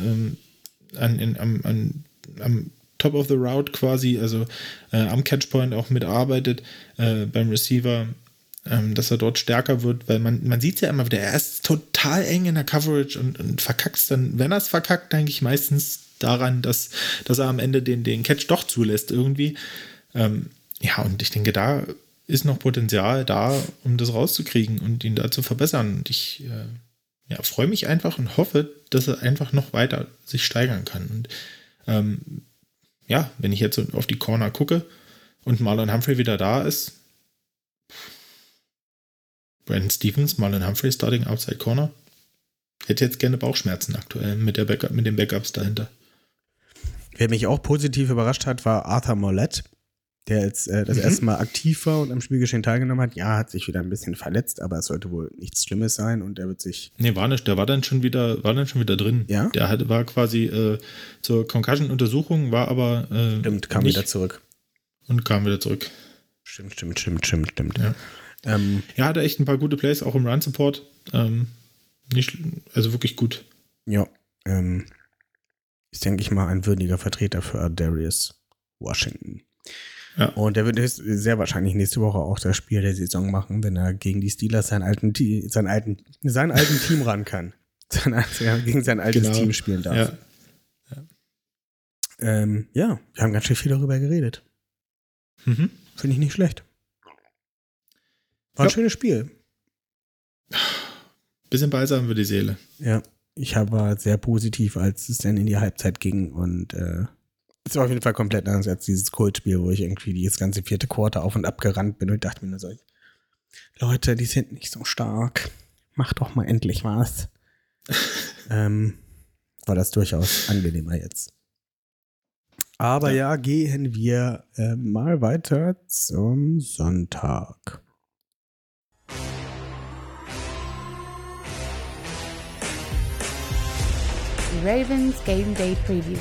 am Top of the Route quasi, also am Catchpoint auch mitarbeitet beim Receiver, dass er dort stärker wird, weil man sieht es ja immer wieder, er ist total eng in der Coverage und verkackt es dann, wenn er es verkackt, denke ich meistens daran, dass er am Ende den Catch doch zulässt irgendwie. Und ich denke, da ist noch Potenzial da, um das rauszukriegen und ihn da zu verbessern. Und ich freue mich einfach und hoffe, dass er einfach noch weiter sich steigern kann. Und wenn ich jetzt auf die Corner gucke und Marlon Humphrey wieder da ist, Brandon Stephens, Marlon Humphrey, Starting Outside Corner, hätte jetzt gerne Bauchschmerzen aktuell mit den Backups dahinter.
Wer mich auch positiv überrascht hat, war Arthur Mollett, der jetzt das erste Mal aktiv war und am Spielgeschehen teilgenommen hat. Ja, hat sich wieder ein bisschen verletzt, aber es sollte wohl nichts Schlimmes sein und der wird sich...
Nee, war nicht. Der war dann schon wieder drin.
Ja?
Der war quasi zur Concussion-Untersuchung, war aber
Stimmt, kam wieder zurück.
Und kam wieder zurück.
Stimmt.
Ja. Hatte echt ein paar gute Plays, auch im Run-Support. Also wirklich gut.
Ja, ist, denke ich mal, ein würdiger Vertreter für Darius Washington. Ja. Und der wird sehr wahrscheinlich nächste Woche auch das Spiel der Saison machen, wenn er gegen die Steelers sein alten Team ran kann. Gegen sein altes Team spielen darf. Wir haben ganz schön viel darüber geredet. Finde ich nicht schlecht. War ein schönes Spiel.
Bisschen balsam für die Seele.
Ja, ich war sehr positiv, als es dann in die Halbzeit ging und es war auf jeden Fall komplett anders als dieses Colts-Spiel, wo ich irgendwie das ganze vierte Quarter auf und ab gerannt bin und dachte mir nur so, Leute, die sind nicht so stark. Mach doch mal endlich was. War das durchaus angenehmer jetzt. Aber gehen wir mal weiter zum Sonntag.
Ravens Game Day Preview.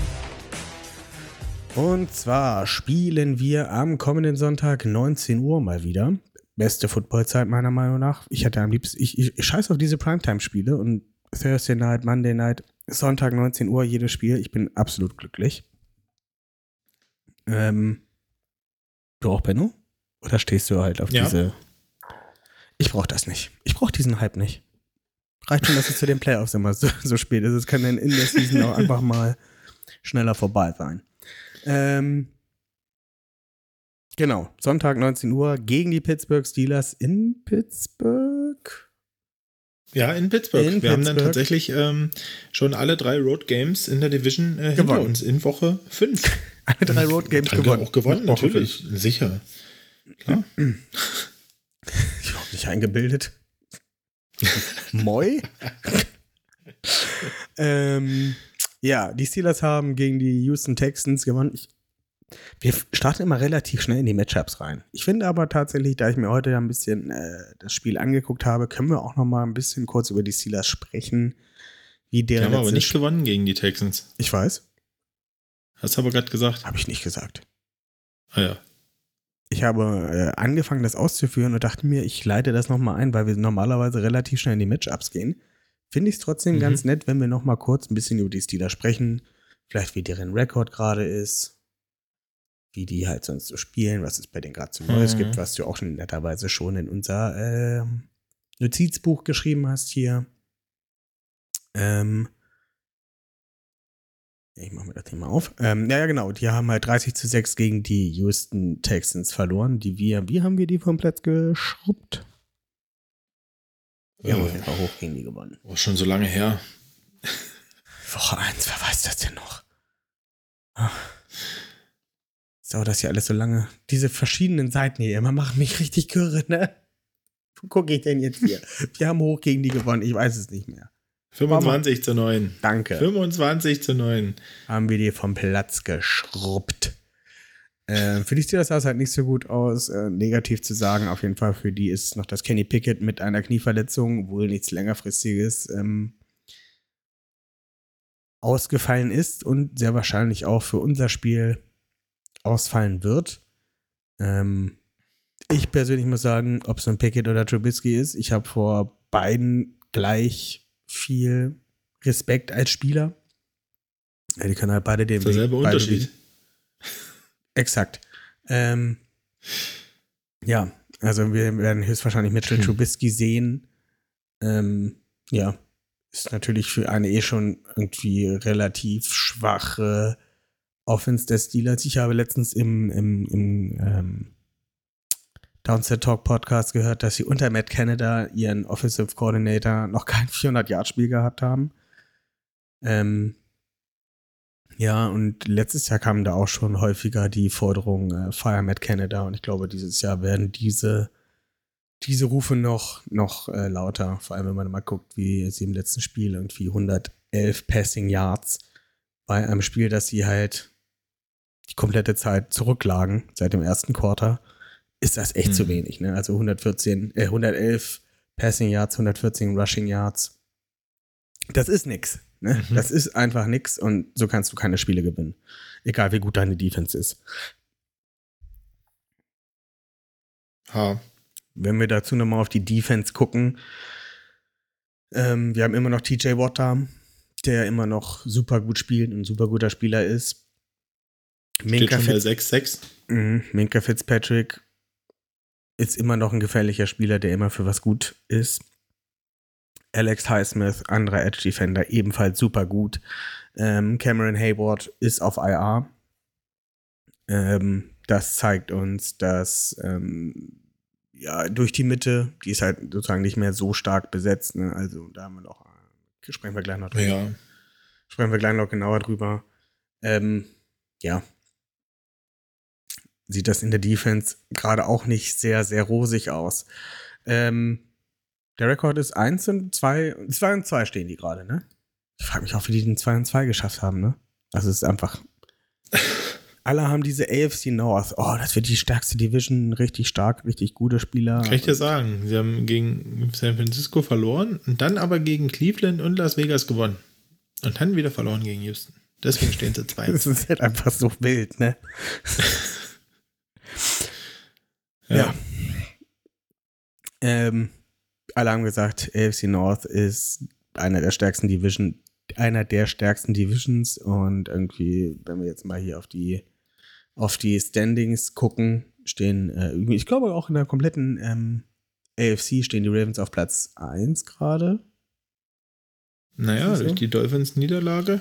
Und zwar spielen wir am kommenden Sonntag 19 Uhr mal wieder beste Footballzeit meiner Meinung nach. Ich hätte am liebsten, ich scheiß auf diese Primetime-Spiele und Thursday Night, Monday Night, Sonntag 19 Uhr, jedes Spiel. Ich bin absolut glücklich. Du auch, Benno? Oder stehst du halt auf diese... Ich brauche das nicht. Ich brauche diesen Hype nicht. Reicht schon, dass es zu den Playoffs immer so spät ist. Es kann dann in der Season auch einfach mal schneller vorbei sein. Genau, Sonntag 19 Uhr gegen die Pittsburgh Steelers in Pittsburgh.
Ja, in Pittsburgh. Wir haben dann tatsächlich schon alle 3 Road Games in der Division hinter uns in Woche 5.
Alle 3 Road Games gewonnen.
Auch gewonnen, natürlich. Sicher. Klar.
Ich habe nicht eingebildet. Moi? Ja, die Steelers haben gegen die Houston Texans gewonnen. Wir starten immer relativ schnell in die Matchups rein. Ich finde aber tatsächlich, da ich mir heute ja ein bisschen das Spiel angeguckt habe, können wir auch noch mal ein bisschen kurz über die Steelers sprechen. Die haben
aber nicht gewonnen gegen die Texans.
Ich weiß.
Hast du aber gerade gesagt.
Habe ich nicht gesagt.
Ah ja.
Ich habe angefangen, das auszuführen und dachte mir, ich leite das noch mal ein, weil wir normalerweise relativ schnell in die Matchups gehen. Finde ich es trotzdem ganz nett, wenn wir noch mal kurz ein bisschen über die Steelers sprechen. Vielleicht wie deren Rekord gerade ist. Wie die halt sonst so spielen, was es bei denen gerade so Neues gibt, was du auch schon netterweise schon in unser Notizbuch geschrieben hast hier. Ich mache mir das Thema auf. Ja, genau, die haben halt 30-6 gegen die Houston Texans verloren. Wie haben wir die vom Platz geschrubbt? Wir haben auf jeden Fall hoch gegen die gewonnen.
Oh, schon so lange her.
Woche 1, wer weiß das denn noch? Dauert das ja alles so lange. Diese verschiedenen Seiten hier immer machen mich richtig kirre, ne? Wo gucke ich denn jetzt hier? Wir haben hoch gegen die gewonnen, ich weiß es nicht mehr.
25-9.
Danke.
25-9.
Haben wir die vom Platz geschrubbt. Für die Steelers sah es halt nicht so gut aus. Negativ zu sagen, auf jeden Fall für die ist noch das Kenny Pickett mit einer Knieverletzung, wohl nichts längerfristiges, ausgefallen ist und sehr wahrscheinlich auch für unser Spiel ausfallen wird. Ich persönlich muss sagen, ob es ein Pickett oder Trubisky ist, ich habe vor beiden gleich viel Respekt als Spieler. Ja, die können halt beide den Weg.
Derselbe Unterschied.
Exakt. Ja, also wir werden höchstwahrscheinlich Mitchell Trubisky sehen. Ja, ist natürlich für eine schon irgendwie relativ schwache Offense der Steelers. Ich habe letztens im Downset Talk Podcast gehört, dass sie unter Matt Canada, ihren Offensive Coordinator, noch kein 400-Yard-Spiel gehabt haben. Ja, und letztes Jahr kamen da auch schon häufiger die Forderung Fire Matt Canada und ich glaube, dieses Jahr werden diese Rufe noch lauter, vor allem wenn man mal guckt, wie sie im letzten Spiel irgendwie 111 Passing Yards bei einem Spiel, dass sie halt die komplette Zeit zurücklagen seit dem ersten Quarter, ist das echt zu wenig, ne? Also 111 Passing Yards, 114 Rushing Yards. Das ist nix, ne? Das ist einfach nix und so kannst du keine Spiele gewinnen. Egal wie gut deine Defense ist.
Ha.
Wenn wir dazu nochmal auf die Defense gucken, wir haben immer noch TJ Watt da, der immer noch super gut spielt und ein super guter Spieler ist.
Minka 6-6.
Minka Fitzpatrick ist immer noch ein gefährlicher Spieler, der immer für was gut ist. Alex Highsmith, anderer Edge Defender, ebenfalls super gut. Cameron Hayward ist auf IR. Das zeigt uns, dass ja, durch die Mitte, die ist halt sozusagen nicht mehr so stark besetzt. Ne? Also da haben wir noch, sprechen wir gleich noch drüber.
Ja.
Sprechen wir gleich noch genauer drüber. Ja. Sieht das in der Defense gerade auch nicht sehr, sehr rosig aus. Der Rekord ist 1-2, 2-2 stehen die gerade, ne? Ich frage mich auch, wie die den 2-2 geschafft haben, ne? Also es ist einfach alle haben diese AFC North. Oh, das wird die stärkste Division, richtig stark, richtig gute Spieler.
Kann ich dir sagen, sie haben gegen San Francisco verloren und dann aber gegen Cleveland und Las Vegas gewonnen. Und dann wieder verloren gegen Houston. Deswegen stehen sie 2-2.
Das ist halt einfach so wild, ne? Ja. Alle haben gesagt, AFC North ist einer der stärksten Divisions und irgendwie, wenn wir jetzt mal hier auf die Standings gucken, stehen, ich glaube auch in der kompletten AFC stehen die Ravens auf Platz 1 gerade.
Naja,
so?
Durch die Dolphins-Niederlage.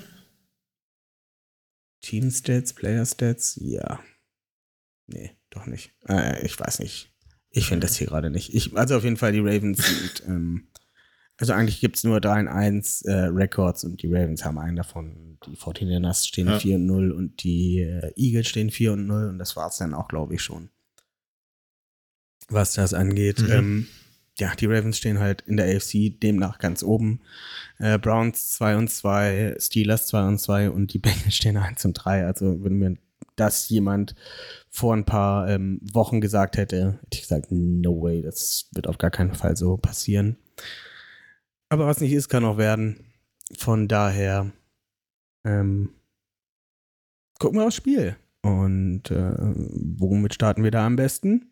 Team-Stats, Player-Stats, ja. Nee, doch nicht. Ich weiß nicht. Ich finde das hier gerade nicht. Also auf jeden Fall, die Ravens sind, also eigentlich gibt es nur 3-1 Records und die Ravens haben einen davon. Die 49ers stehen 4-0 und die Eagles stehen 4-0 und das war es dann auch, glaube ich, schon. Was das angeht. Die Ravens stehen halt in der AFC demnach ganz oben. Browns 2-2, Steelers 2-2 und die Bengals stehen 1-3. Also wenn mir das jemand vor ein paar Wochen gesagt hätte, hätte ich gesagt, no way, das wird auf gar keinen Fall so passieren. Aber was nicht ist, kann auch werden. Von daher gucken wir aufs Spiel. Und womit starten wir da am besten?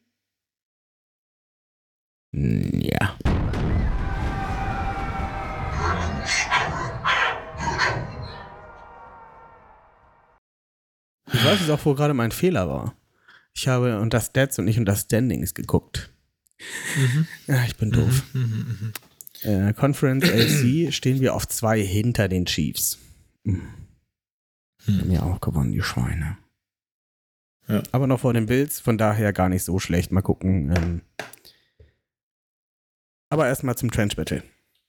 Ja. Ich weiß jetzt auch, wo gerade mein Fehler war. Ich habe unter Stats und nicht unter Standings geguckt. Ja, ich bin doof. Conference AFC stehen wir auf 2 hinter den Chiefs. Haben ja auch gewonnen, die Schweine.
Ja.
Aber noch vor den Bills, von daher gar nicht so schlecht. Mal gucken. Aber erstmal zum Trench Battle.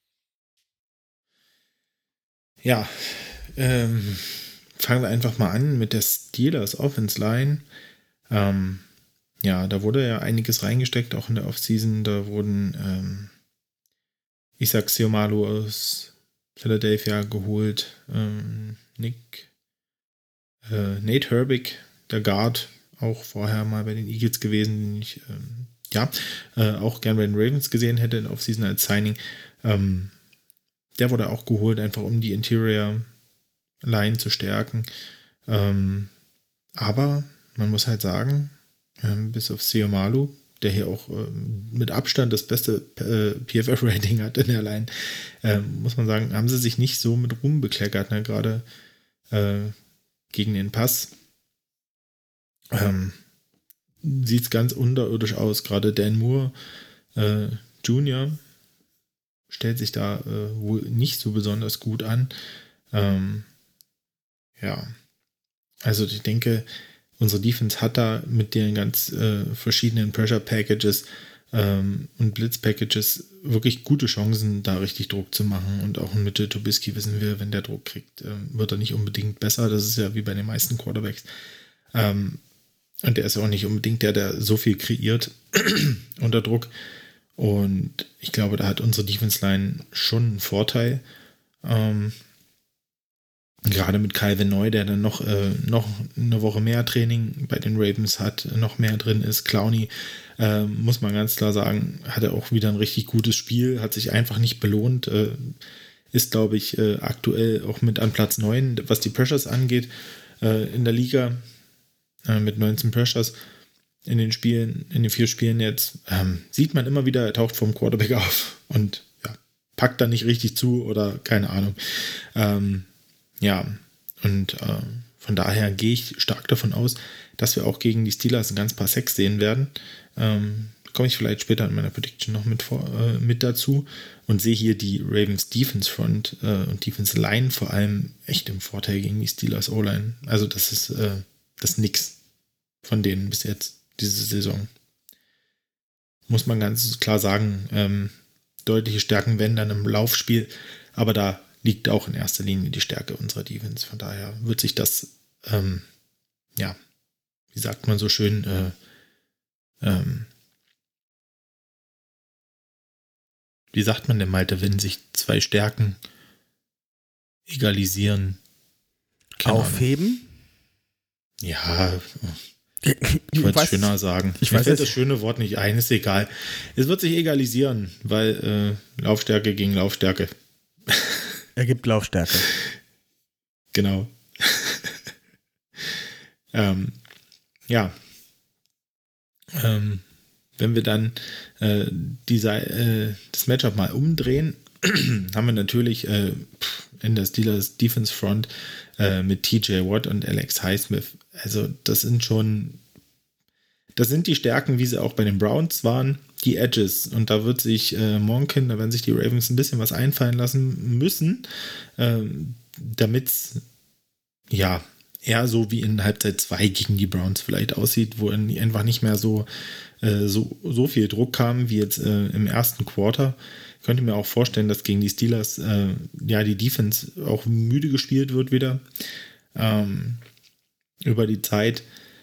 Ja, fangen wir einfach mal an mit der Steelers Offense Line. Da wurde ja einiges reingesteckt, auch in der Offseason. Da wurden Isaac Seumalo aus Philadelphia geholt, Nate Herbig, der Guard, auch vorher mal bei den Eagles gewesen, den ich auch gern bei den Ravens gesehen hätte in der Offseason als Signing. Der wurde auch geholt, einfach um die Interior Line zu stärken. Aber man muss halt sagen, bis auf Seumalo, der hier auch mit Abstand das beste PFF-Rating hat in der Line, muss man sagen, haben sie sich nicht so mit Ruhm bekleckert, ne? Gerade gegen den Pass. Sieht es ganz unterirdisch aus. Gerade Dan Moore Jr. stellt sich da wohl nicht so besonders gut an. Also ich denke, unsere Defense hat da mit den ganz verschiedenen Pressure-Packages und Blitz-Packages wirklich gute Chancen, da richtig Druck zu machen. Und auch mit Trubisky wissen wir, wenn der Druck kriegt, wird er nicht unbedingt besser. Das ist ja wie bei den meisten Quarterbacks. Und der ist ja auch nicht unbedingt der so viel kreiert unter Druck. Und ich glaube, da hat unsere Defense-Line schon einen Vorteil. Gerade mit Calvin Neu, der dann noch eine Woche mehr Training bei den Ravens hat, noch mehr drin ist. Clowney, muss man ganz klar sagen, hatte auch wieder ein richtig gutes Spiel, hat sich einfach nicht belohnt. Ist, glaube ich, aktuell auch mit an Platz 9, was die Pressures angeht, in der Liga. Mit 19 Pressures in den 4 Spielen jetzt, sieht man immer wieder, er taucht vom Quarterback auf und packt dann nicht richtig zu oder keine Ahnung. Von daher gehe ich stark davon aus, dass wir auch gegen die Steelers ein ganz paar Sacks sehen werden. Komme ich vielleicht später in meiner Prediction noch mit dazu und sehe hier die Ravens Defense Front und Defense Line vor allem echt im Vorteil gegen die Steelers O-Line. Also das ist nix von denen bis jetzt, diese Saison. Muss man ganz klar sagen, deutliche Stärken, wenn dann im Laufspiel, aber da liegt auch in erster Linie die Stärke unserer Defense. Von daher wird sich das, wie sagt man so schön, wie sagt man denn, Malte, wenn sich 2 Stärken egalisieren?
Aufheben?
Ja, ich wollte es schöner sagen. Mir fällt das schöne Wort nicht ein, ist egal. Es wird sich egalisieren, weil Laufstärke gegen Laufstärke.
Ergibt Laufstärke.
Genau. Wenn wenn wir dann das Matchup mal umdrehen, haben wir natürlich in der Steelers Defense Front mit TJ Watt und Alex Highsmith. Also das sind die Stärken, wie sie auch bei den Browns waren, die Edges. Und da wird sich da werden sich die Ravens ein bisschen was einfallen lassen müssen, damit es eher so wie in Halbzeit 2 gegen die Browns vielleicht aussieht, wo einfach nicht mehr so viel Druck kam wie jetzt im ersten Quarter. Ich könnte mir auch vorstellen, dass gegen die Steelers die Defense auch müde gespielt wird wieder über die Zeit.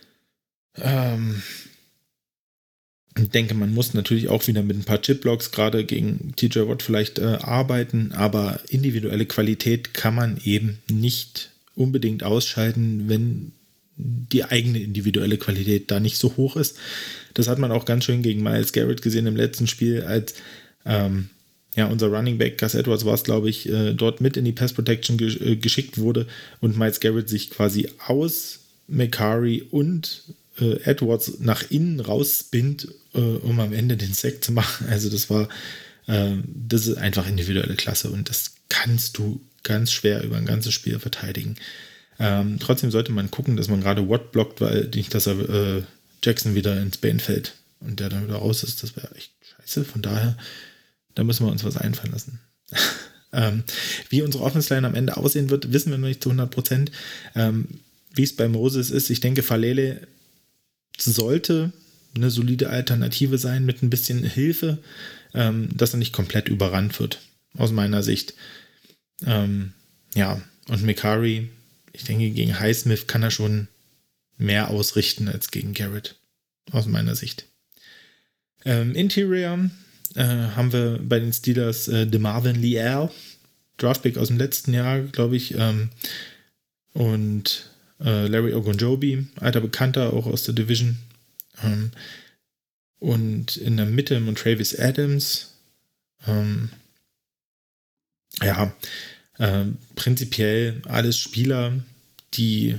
Ich denke, man muss natürlich auch wieder mit ein paar Chipblocks gerade gegen TJ Watt vielleicht arbeiten, aber individuelle Qualität kann man eben nicht unbedingt ausschalten, wenn die eigene individuelle Qualität da nicht so hoch ist. Das hat man auch ganz schön gegen Myles Garrett gesehen im letzten Spiel, als unser Running Back, Gus Edwards war es, glaube ich, dort mit in die Pass Protection geschickt wurde und Myles Garrett sich quasi aus McCurry und Edwards nach innen rausspinnt, um am Ende den Sack zu machen. Also das ist einfach individuelle Klasse und das kannst du ganz schwer über ein ganzes Spiel verteidigen. Trotzdem sollte man gucken, dass man gerade Watt blockt, weil nicht, dass er Jackson wieder ins Bein fällt und der dann wieder raus ist. Das wäre echt scheiße. Von daher, da müssen wir uns was einfallen lassen. Wie unsere Offense-Line am Ende aussehen wird, wissen wir noch nicht zu 100%. Wie es bei Moses ist, ich denke, Faalele sollte eine solide Alternative sein mit ein bisschen Hilfe, dass er nicht komplett überrannt wird, aus meiner Sicht. Und McCurry, ich denke, gegen Highsmith kann er schon mehr ausrichten als gegen Garrett, aus meiner Sicht. Interior haben wir bei den Steelers DeMarvin Leal, Draftpick aus dem letzten Jahr, glaube ich, und Larry Ogunjobi, alter Bekannter, auch aus der Division. Und in der Mitte mit Travis Adams. Prinzipiell alles Spieler, die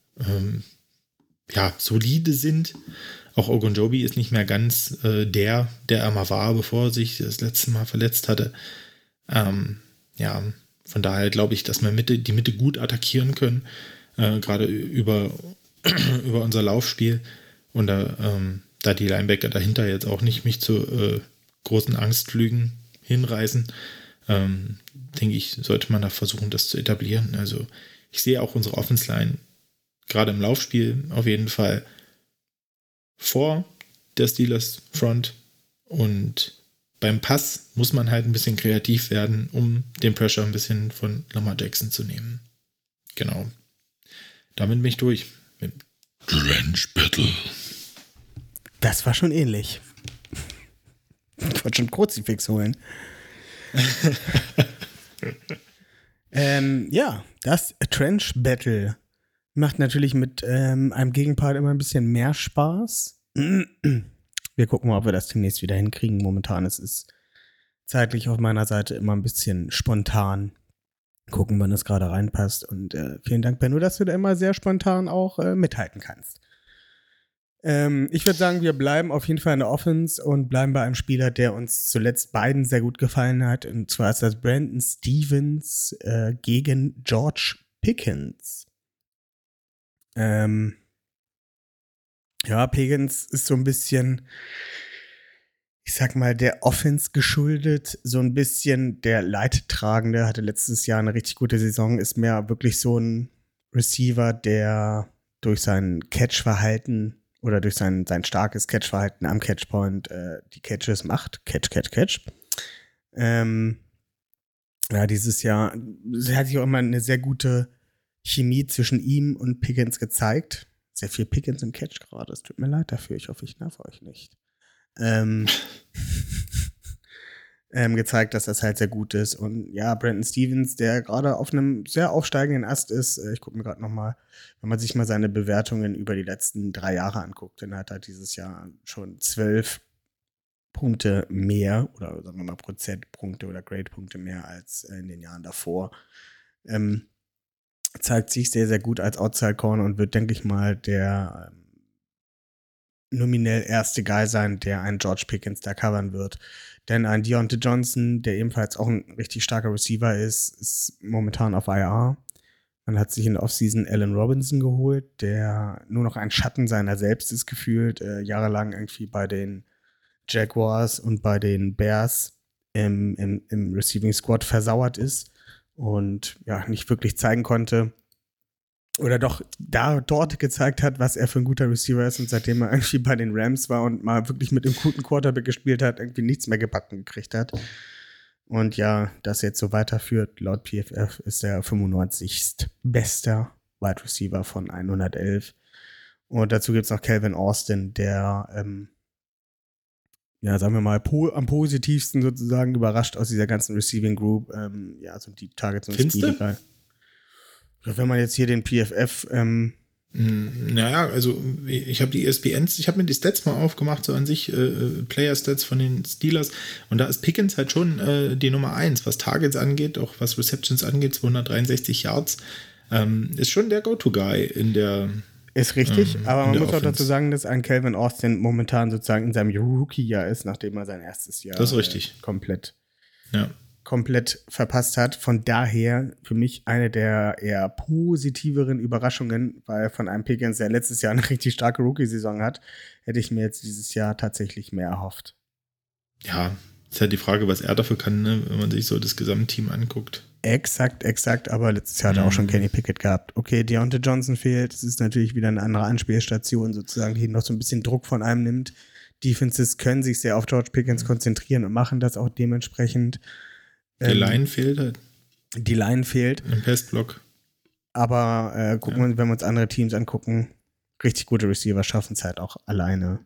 solide sind. Auch Ogunjobi ist nicht mehr ganz der er mal war, bevor er sich das letzte Mal verletzt hatte. Von daher glaube ich, dass wir die Mitte gut attackieren können, gerade über unser Laufspiel. Und da die Linebacker dahinter jetzt auch nicht mich zu großen Angstflügen hinreißen, denke ich, sollte man da versuchen, das zu etablieren. Also ich sehe auch unsere Offense-Line gerade im Laufspiel auf jeden Fall vor der Steelers Front und beim Pass muss man halt ein bisschen kreativ werden, um den Pressure ein bisschen von Lamar Jackson zu nehmen. Genau. Damit bin ich durch. Mit Trench Battle.
Das war schon ähnlich. Ich wollte schon Kruzifix holen. Das Trench Battle macht natürlich mit einem Gegenpart immer ein bisschen mehr Spaß. Wir gucken mal, ob wir das demnächst wieder hinkriegen. Momentan ist es zeitlich auf meiner Seite immer ein bisschen spontan. Gucken, wann es gerade reinpasst. Und vielen Dank, Benno, dass du da immer sehr spontan auch mithalten kannst. Ich würde sagen, wir bleiben auf jeden Fall in der Offense und bleiben bei einem Spieler, der uns zuletzt beiden sehr gut gefallen hat. Und zwar ist das Brandon Stephens gegen George Pickens. Pickens ist so ein bisschen, ich sag mal, der Offense geschuldet, so ein bisschen der Leidtragende, hatte letztes Jahr eine richtig gute Saison, ist mehr wirklich so ein Receiver, der durch sein Catch-Verhalten oder durch sein starkes Catch-Verhalten am Catchpoint die Catches macht. Catch. Dieses Jahr hat sich auch immer eine sehr gute Chemie zwischen ihm und Pickens gezeigt. Sehr viel Pickens im Catch gerade. Es tut mir leid dafür. Ich hoffe, ich nerv euch nicht. Gezeigt, dass das halt sehr gut ist. Und ja, Brandon Stephens, der gerade auf einem sehr aufsteigenden Ast ist. Ich gucke mir gerade nochmal, wenn man sich mal seine Bewertungen über die letzten 3 Jahre anguckt, dann hat er dieses Jahr schon 12 Punkte mehr oder sagen wir mal Prozentpunkte oder Grade-Punkte mehr als in den Jahren davor. Zeigt sich sehr, sehr gut als Outside-Corner und wird, denke ich mal, der nominell erste Guy sein, der einen George Pickens da covern wird. Denn ein Deontay Johnson, der ebenfalls auch ein richtig starker Receiver ist momentan auf IR. Man hat sich in der Offseason Allen Robinson geholt, der nur noch ein Schatten seiner selbst ist gefühlt, jahrelang irgendwie bei den Jaguars und bei den Bears im Receiving Squad versauert ist und ja, nicht wirklich zeigen konnte oder doch dort gezeigt hat, was er für ein guter Receiver ist und seitdem er irgendwie bei den Rams war und mal wirklich mit einem guten Quarterback gespielt hat, irgendwie nichts mehr gebacken gekriegt hat. Und ja, das jetzt so weiterführt, laut PFF ist er 95. bester Wide Receiver von 111. Und dazu gibt es noch Calvin Austin, der, ja, sagen wir mal, am positivsten sozusagen überrascht aus dieser ganzen Receiving Group. Ja, so Deep Targets und Speed. Wenn man jetzt hier den PFF
naja, also ich habe die ESPNs, ich habe mir die Stats mal aufgemacht, so an sich, Player-Stats von den Steelers und da ist Pickens halt schon die Nummer 1, was Targets angeht, auch was Receptions angeht, 263 Yards, ist schon der Go-To-Guy in der
ist richtig, aber man muss
Offense.
auch dazu sagen, dass ein Calvin Austin momentan sozusagen in seinem Rookie-Jahr ist, nachdem er sein erstes Jahr
das ist richtig.
komplett verpasst hat. Von daher für mich eine der eher positiveren Überraschungen, weil von einem Pickens, der letztes Jahr eine richtig starke Rookie-Saison hat, hätte ich mir jetzt dieses Jahr tatsächlich mehr erhofft.
Ja, ist halt die Frage, was er dafür kann, ne, wenn man sich so das Gesamtteam anguckt.
Exakt, aber letztes Jahr hat er auch schon Kenny Pickett gehabt. Okay, Deontay Johnson fehlt, das ist natürlich wieder eine andere Anspielstation sozusagen, die noch so ein bisschen Druck von einem nimmt. Defenses können sich sehr auf George Pickens konzentrieren und machen das auch dementsprechend.
Die Line fehlt halt.
Die Line fehlt.
Im Passblock.
Aber wenn wir uns andere Teams angucken, richtig gute Receiver schaffen es halt auch alleine,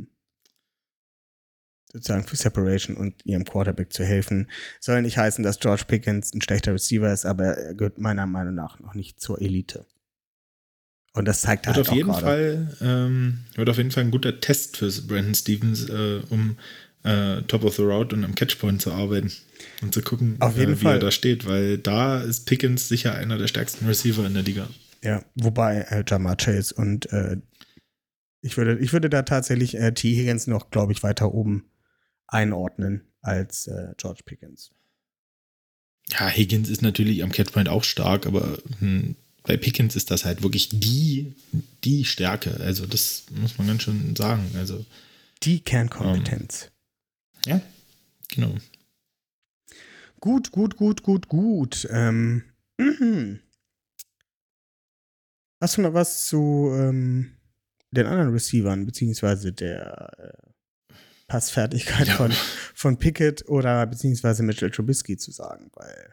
sozusagen für Separation und ihrem Quarterback zu helfen. Soll nicht heißen, dass George Pickens ein schlechter Receiver ist, aber er gehört meiner Meinung nach noch nicht zur Elite. Und das zeigt halt auch gerade.
Wird auf jeden Fall ein guter Test für Brandon Stephens, um Top of the Route und am Catchpoint zu arbeiten und zu gucken, wie er da steht, weil da ist Pickens sicher einer der stärksten Receiver in der Liga.
Ja, wobei Ja'Marr Chase und ich würde da tatsächlich T. Higgins noch, glaube ich, weiter oben einordnen als George Pickens.
Ja, Higgins ist natürlich am Catchpoint auch stark, aber bei Pickens ist das halt wirklich die Stärke. Also das muss man ganz schön sagen. Also
die Kernkompetenz.
Ja, genau.
Gut. Hast du noch was zu den anderen Receivern, beziehungsweise der Passfertigkeit von Pickett oder beziehungsweise Mitchell Trubisky zu sagen? Weil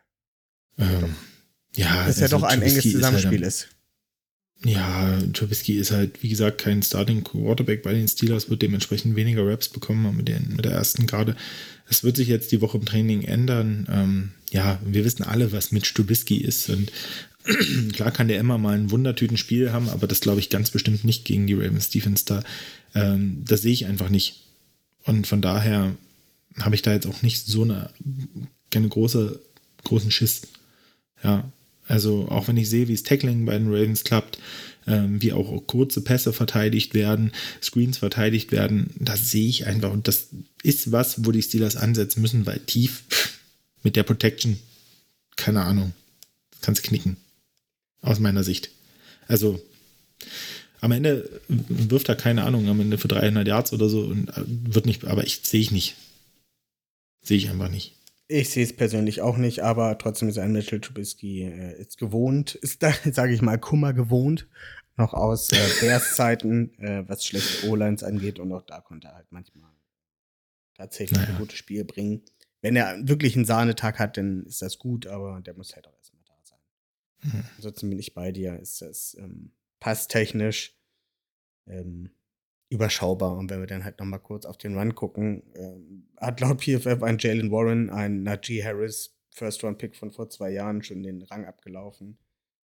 das ja doch ein enges Zusammenspiel ist.
Ja, Trubisky ist halt, wie gesagt, kein Starting Quarterback bei den Steelers, wird dementsprechend weniger Reps bekommen mit der ersten Garde. Es wird sich jetzt die Woche im Training ändern. Ja, wir wissen alle, was Mitch Trubisky ist und klar kann der immer mal ein Wundertütenspiel haben, aber das glaube ich ganz bestimmt nicht gegen die Ravens Defense da. Das sehe ich einfach nicht. Und von daher habe ich da jetzt auch nicht so keine großen Schiss. Ja, also auch wenn ich sehe, wie das Tackling bei den Ravens klappt, wie auch kurze Pässe verteidigt werden, Screens verteidigt werden, das sehe ich einfach. Und das ist was, wo die Steelers ansetzen müssen, weil tief mit der Protection, keine Ahnung, das kannst du knicken. Aus meiner Sicht. Also am Ende wirft er, keine Ahnung, am Ende für 300 Yards oder so und wird nicht, aber sehe ich nicht. Sehe ich einfach nicht.
Ich sehe es persönlich auch nicht, aber trotzdem ist ein Mitchell Trubisky ist gewohnt, ist da, sage ich mal, Kummer gewohnt, noch aus Bears-Zeiten, was schlechte O-Lines angeht und auch da konnte er halt manchmal tatsächlich ein gutes Spiel bringen. Wenn er wirklich einen Sahnetag hat, dann ist das gut, aber der muss halt auch erstmal da sein. Ansonsten bin ich bei dir, ist das passtechnisch überschaubar. Und wenn wir dann halt nochmal kurz auf den Run gucken, hat laut PFF ein Jalen Warren, ein Najee Harris First-Round-Pick von vor 2 Jahren schon den Rang abgelaufen.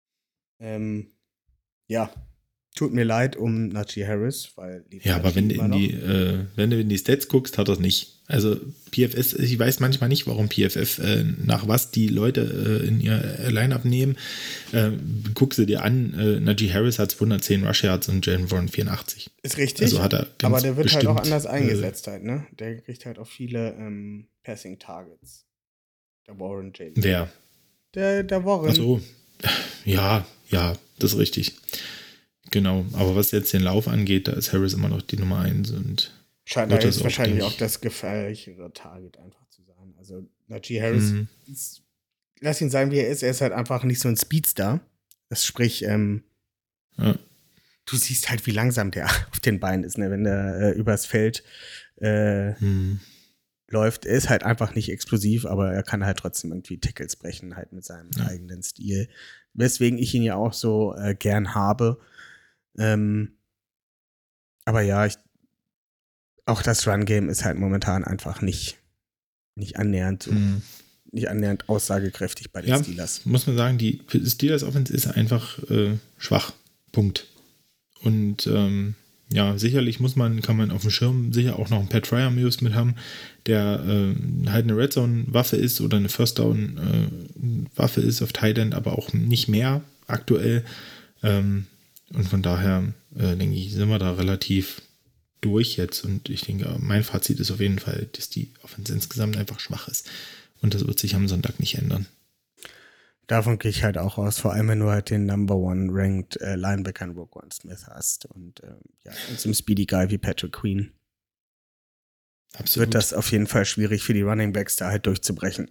Ja, tut mir leid um Najee Harris, weil
ja, aber wenn du in die Stats guckst, hat er es nicht. Also PFS, ich weiß manchmal nicht, warum PFF nach was die Leute in ihr Line-Up nehmen. Guck sie dir an, Najee Harris hat 210 Rush Yards und Jalen Warren 84.
Ist richtig,
also hat er
aber der wird
bestimmt,
halt auch anders eingesetzt halt, ne? Der kriegt halt auch viele Passing-Targets. Der Warren James.
Wer?
Der Warren.
Ach so. Ja, das ist richtig. Genau, aber was jetzt den Lauf angeht, da ist Harris immer noch die Nummer 1 und
da ist wahrscheinlich auch das gefährlichere Target einfach zu sein. Also Najee Harris, lass ihn sein, wie er ist halt einfach nicht so ein Speedstar. Das sprich, du siehst halt, wie langsam der auf den Beinen ist, ne? Wenn der übers Feld läuft. Er ist halt einfach nicht explosiv, aber er kann halt trotzdem irgendwie Tackles brechen, halt mit seinem eigenen Stil. Weswegen ich ihn ja auch so gern habe. Aber ja, auch das Run-Game ist halt momentan einfach nicht annähernd nicht annähernd aussagekräftig bei den Steelers.
Muss man sagen, die Steelers-Offense ist einfach schwach. Punkt. Und sicherlich kann man auf dem Schirm sicher auch noch einen Pat Fryer-Muse mit haben, der halt eine Red Zone-Waffe ist oder eine First-Down-Waffe ist auf Tight End, aber auch nicht mehr aktuell. Und von daher, denke ich, sind wir da relativ durch jetzt. Und ich denke, mein Fazit ist auf jeden Fall, dass die Offense insgesamt einfach schwach ist. Und das wird sich am Sonntag nicht ändern.
Davon gehe ich halt auch aus, vor allem wenn du halt den Number One Ranked Linebacker in Roquan Smith hast und so ein Speedy Guy wie Patrick Queen.
Absolut.
Wird das auf jeden Fall schwierig für die Running Backs da halt durchzubrechen.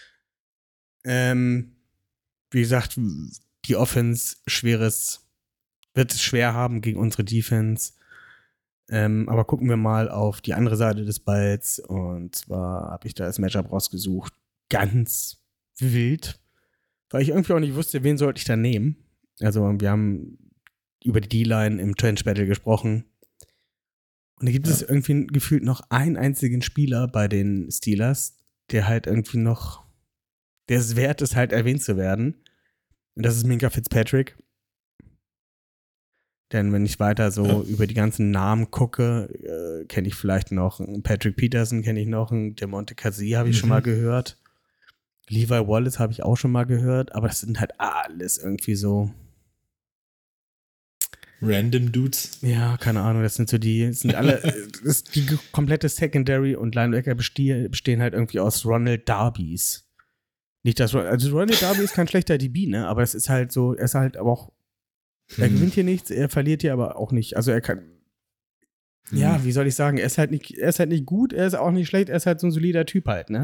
Wie gesagt, die Offense wird es schwer haben gegen unsere Defense. Aber gucken wir mal auf die andere Seite des Balls. Und zwar habe ich da das Matchup rausgesucht. Ganz wild. Weil ich irgendwie auch nicht wusste, wen sollte ich da nehmen. Also wir haben über die D-Line im Trench Battle gesprochen. Und da gibt es irgendwie gefühlt noch einen einzigen Spieler bei den Steelers, der halt irgendwie noch, der es wert ist, halt erwähnt zu werden. Und das ist Minkah Fitzpatrick. Denn wenn ich weiter so über die ganzen Namen gucke, kenne ich vielleicht noch einen Patrick Peterson, kenne ich noch einen Demonte Casey, habe ich schon mal gehört. Levi Wallace habe ich auch schon mal gehört, aber das sind halt alles irgendwie so
Random Dudes.
Ja, keine Ahnung, das sind alle, die komplette Secondary und Linebacker bestehen halt irgendwie aus Ronald Darbys. Nicht das, also Ronald Darby ist kein schlechter DB, ne, aber es ist halt so, er ist halt aber auch, er gewinnt hier nichts, er verliert hier aber auch nicht, also er kann, ja, wie soll ich sagen, er ist halt nicht gut, er ist auch nicht schlecht, er ist halt so ein solider Typ halt, ne.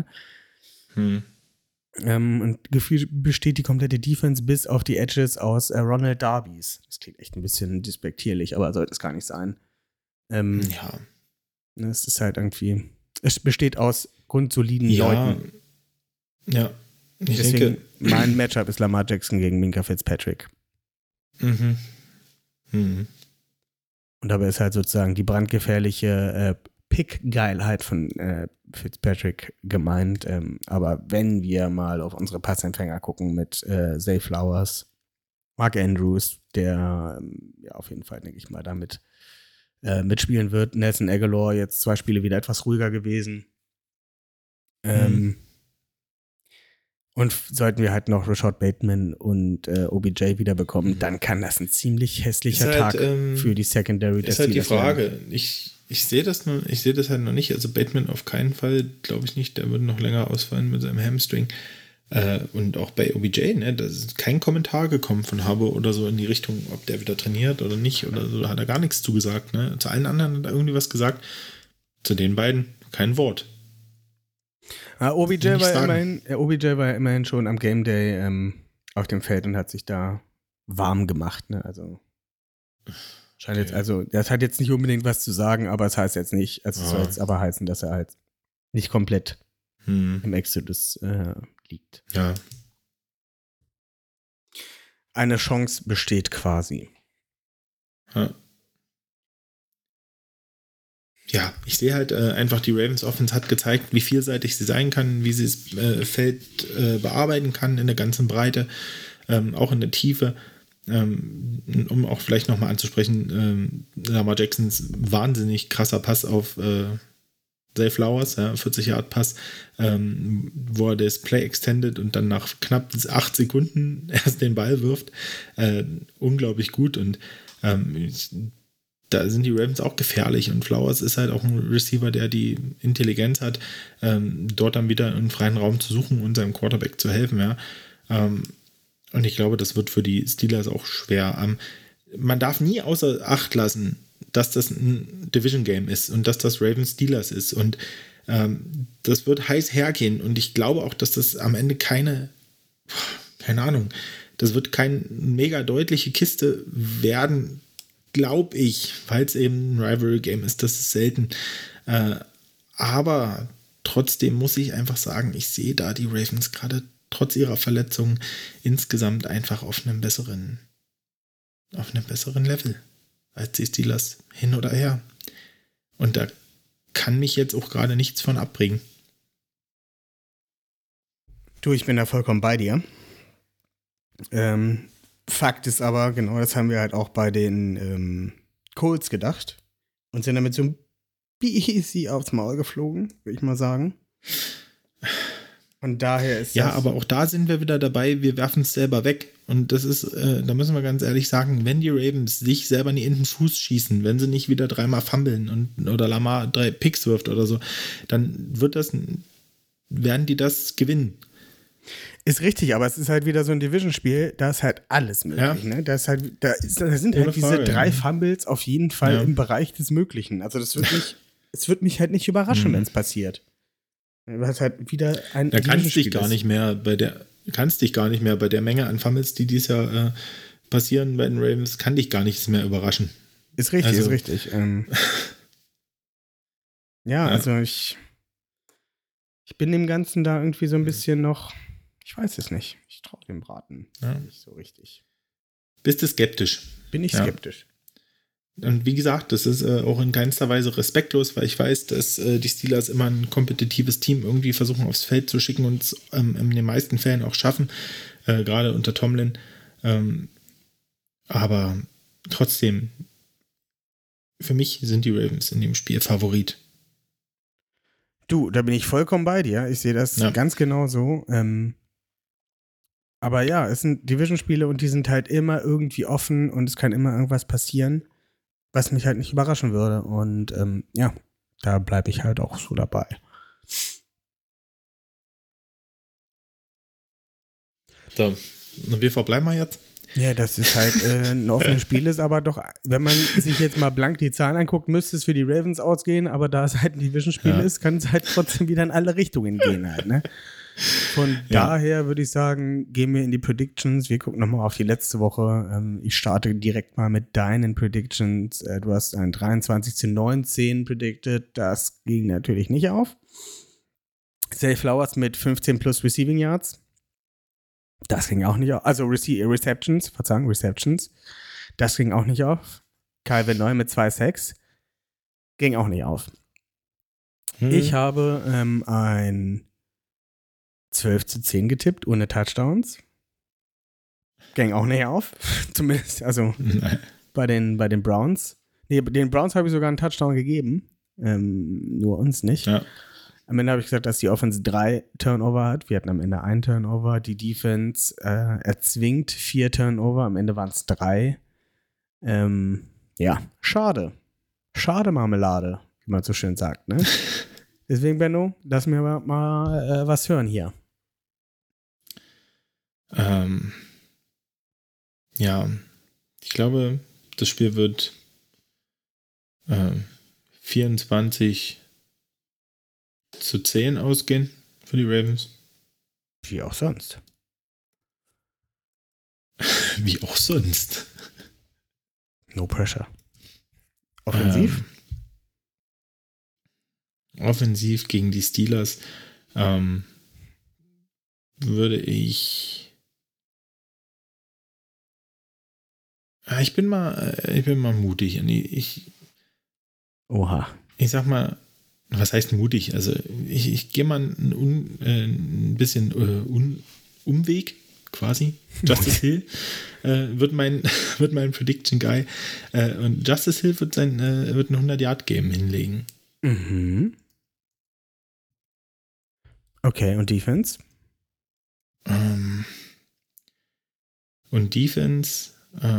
Und gefühlt besteht die komplette Defense bis auf die Edges aus Ronald Darbys. Das klingt echt ein bisschen despektierlich, aber sollte es gar nicht sein. Es ist halt irgendwie, es besteht aus grundsoliden Leuten.
Ja, ich
Deswegen,
denke,
mein Matchup ist Lamar Jackson gegen Minkah Fitzpatrick. Und dabei ist halt sozusagen die brandgefährliche Pick-Geilheit von Fitzpatrick gemeint. Aber wenn wir mal auf unsere Passempfänger gucken mit Zay Flowers, Mark Andrews, der auf jeden Fall, denke ich mal, damit mitspielen wird. Nelson Aguilar, jetzt 2 Spiele wieder etwas ruhiger gewesen. Und sollten wir halt noch Rashad Bateman und OBJ wieder bekommen, dann kann das ein ziemlich hässlicher Tag für die Secondary des
Steelers. Ist halt die Frage. Ich sehe das halt noch nicht. Also Bateman auf keinen Fall, glaube ich nicht. Der würde noch länger ausfallen mit seinem Hamstring. Und auch bei OBJ, ne, da ist kein Kommentar gekommen von Harbour oder so in die Richtung, ob der wieder trainiert oder nicht oder so. Da hat er gar nichts zugesagt. Ne? Zu allen anderen hat er irgendwie was gesagt. Zu den beiden kein Wort.
OBJ war immerhin schon am Game Day auf dem Feld und hat sich da warm gemacht. Ne? Also scheint jetzt, also das hat jetzt nicht unbedingt was zu sagen, aber es heißt jetzt nicht, also es soll jetzt aber heißen, dass er halt nicht komplett im Exodus liegt.
Ja.
Eine Chance besteht quasi.
Ja, ich sehe halt einfach, die Ravens Offense hat gezeigt, wie vielseitig sie sein kann, wie sie das Feld bearbeiten kann in der ganzen Breite, auch in der Tiefe. Um auch vielleicht nochmal anzusprechen, Lamar Jacksons wahnsinnig krasser Pass auf Zay Flowers, 40-Yard-Pass, wo er das Play extended und dann nach knapp 8 Sekunden erst den Ball wirft. Unglaublich gut und da sind die Ravens auch gefährlich und Flowers ist halt auch ein Receiver, der die Intelligenz hat, dort dann wieder einen freien Raum zu suchen und seinem Quarterback zu helfen, ja. Und ich glaube, das wird für die Steelers auch schwer. Man darf nie außer Acht lassen, dass das ein Division-Game ist und dass das Ravens-Steelers ist. Und das wird heiß hergehen. Und ich glaube auch, dass das am Ende keine Ahnung, das wird keine mega deutliche Kiste werden, glaube ich, weil es eben ein Rivalry-Game ist. Das ist selten. Aber trotzdem muss ich einfach sagen, ich sehe da die Ravens gerade trotz ihrer Verletzungen insgesamt einfach auf einem besseren Level als die Steelers hin oder her. Und da kann mich jetzt auch gerade nichts von abbringen.
Du, ich bin da vollkommen bei dir. Fakt ist aber, genau, das haben wir halt auch bei den Colts gedacht und sind damit so ein bisschen aufs Maul geflogen, würde ich mal sagen. Und daher ist
ja, aber auch da sind wir wieder dabei, wir werfen es selber weg. Und das ist, da müssen wir ganz ehrlich sagen, wenn die Ravens sich selber nie in den Fuß schießen, wenn sie nicht wieder 3-mal fummeln oder Lamar 3 Picks wirft oder so, dann werden die das gewinnen.
Ist richtig, aber es ist halt wieder so ein Division-Spiel, da ist halt alles möglich. Ja. Ne? Da sind halt diese 3 Fumbles auf jeden Fall im Bereich des Möglichen. Also es wird mich halt nicht überraschen, wenn es passiert. Was halt wieder ein
da kannst dich gar nicht mehr bei der Menge an Fumbles, die dieses Jahr passieren bei den Ravens, kann dich gar nichts mehr überraschen.
Ist richtig, also, ist richtig. Also ich bin dem Ganzen da irgendwie so ein bisschen noch, ich weiß es nicht. Ich traue dem Braten nicht so richtig.
Bist du skeptisch?
Bin ich skeptisch.
Und wie gesagt, das ist auch in keinster Weise respektlos, weil ich weiß, dass die Steelers immer ein kompetitives Team irgendwie versuchen aufs Feld zu schicken und es in den meisten Fällen auch schaffen, gerade unter Tomlin. Aber trotzdem, für mich sind die Ravens in dem Spiel Favorit.
Du, da bin ich vollkommen bei dir. Ich sehe das ganz genau so. Aber ja, es sind Division-Spiele und die sind halt immer irgendwie offen und es kann immer irgendwas passieren, was mich halt nicht überraschen würde. Und da bleibe ich halt auch so dabei.
So, und wie verbleiben wir jetzt?
Ja, das ist halt ein offenes Spiel ist, aber doch, wenn man sich jetzt mal blank die Zahlen anguckt, müsste es für die Ravens ausgehen, aber da es halt ein Division-Spiel ist, kann es halt trotzdem wieder in alle Richtungen gehen halt, ne? Von daher würde ich sagen, gehen wir in die Predictions. Wir gucken nochmal auf die letzte Woche. Ich starte direkt mal mit deinen Predictions. Du hast ein 23-19 predicted. Das ging natürlich nicht auf. Zay Flowers mit 15 plus Receiving Yards. Das ging auch nicht auf. Also Receptions. Das ging auch nicht auf. Calvin Neu mit 2 Sacks. Ging auch nicht auf. Ich habe ein 12-10 getippt, ohne Touchdowns. Ging auch nicht auf. Zumindest, also bei den Browns. Nee, den Browns habe ich sogar einen Touchdown gegeben. Nur uns nicht. Ja. Am Ende habe ich gesagt, dass die Offense 3 Turnover hat. Wir hatten am Ende 1 Turnover. Die Defense erzwingt 4 Turnover. Am Ende waren es 3. Schade. Schade Marmelade, wie man so schön sagt, ne? Deswegen, Benno, lass mir mal was hören hier.
Ich glaube, das Spiel wird 24-10 ausgehen für die Ravens.
Wie auch sonst.
Wie auch sonst.
No pressure. Offensiv?
Offensiv gegen die Steelers würde ich ich bin mal mutig.
Oha.
Ich sag mal, was heißt mutig? Also ich gehe mal ein bisschen Umweg quasi. Justice Hill wird mein Prediction Guy und Justice Hill wird ein 100-Yard-Game hinlegen.
Mhm. Okay, und Defense?
Und Defense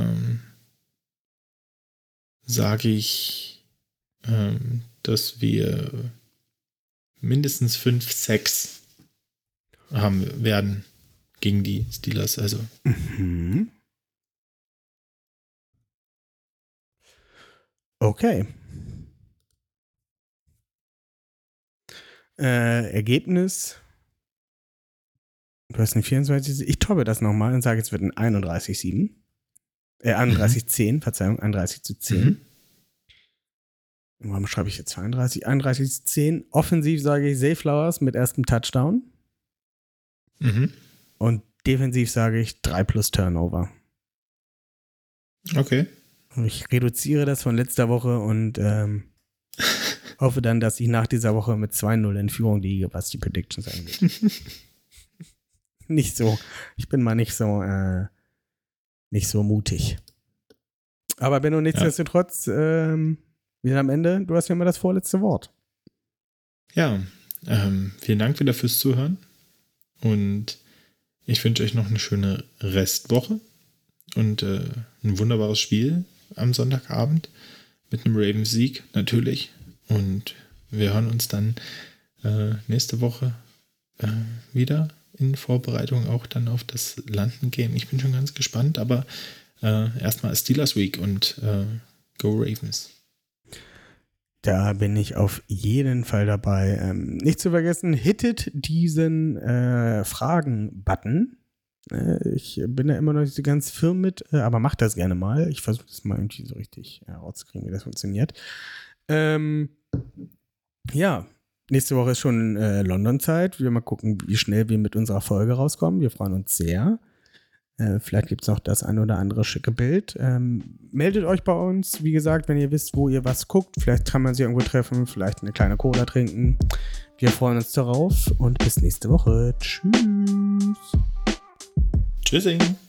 sage ich, dass wir mindestens 5 Sacks haben werden gegen die Steelers. Also.
Mhm. Okay. Ergebnis. Du hast ein 24. Ich toppe das nochmal und sage, es wird ein 31-7. 31-10, Verzeihung, 31-10. Warum schreibe ich jetzt 32? 31-10. Offensiv sage ich Zay Flowers mit erstem Touchdown. Und defensiv sage ich 3+ Turnover.
Okay.
Und ich reduziere das von letzter Woche und hoffe dann, dass ich nach dieser Woche mit 2-0 in Führung liege, was die Predictions angeht. Nicht so. Ich bin mal nicht so mutig. Aber Benno, nichtsdestotrotz, wir sind am Ende. Du hast ja immer das vorletzte Wort.
Ja, vielen Dank wieder fürs Zuhören. Und ich wünsche euch noch eine schöne Restwoche und ein wunderbares Spiel am Sonntagabend mit einem Ravens-Sieg natürlich. Und wir hören uns dann nächste Woche wieder in Vorbereitung auch dann auf das London-Game. Ich bin schon ganz gespannt, aber erstmal Steelers Week und Go Ravens.
Da bin ich auf jeden Fall dabei. Nicht zu vergessen, hittet diesen Fragen-Button. Ich bin da immer noch nicht so ganz firm mit, aber macht das gerne mal. Ich versuche das mal irgendwie so richtig rauszukriegen, wie das funktioniert. Ja, nächste Woche ist schon London-Zeit. Wir mal gucken, wie schnell wir mit unserer Folge rauskommen. Wir freuen uns sehr. Vielleicht gibt es noch das ein oder andere schicke Bild. Meldet euch bei uns, wie gesagt, wenn ihr wisst, wo ihr was guckt. Vielleicht kann man sich irgendwo treffen, vielleicht eine kleine Cola trinken. Wir freuen uns darauf und bis nächste Woche. Tschüss.
Tschüssing.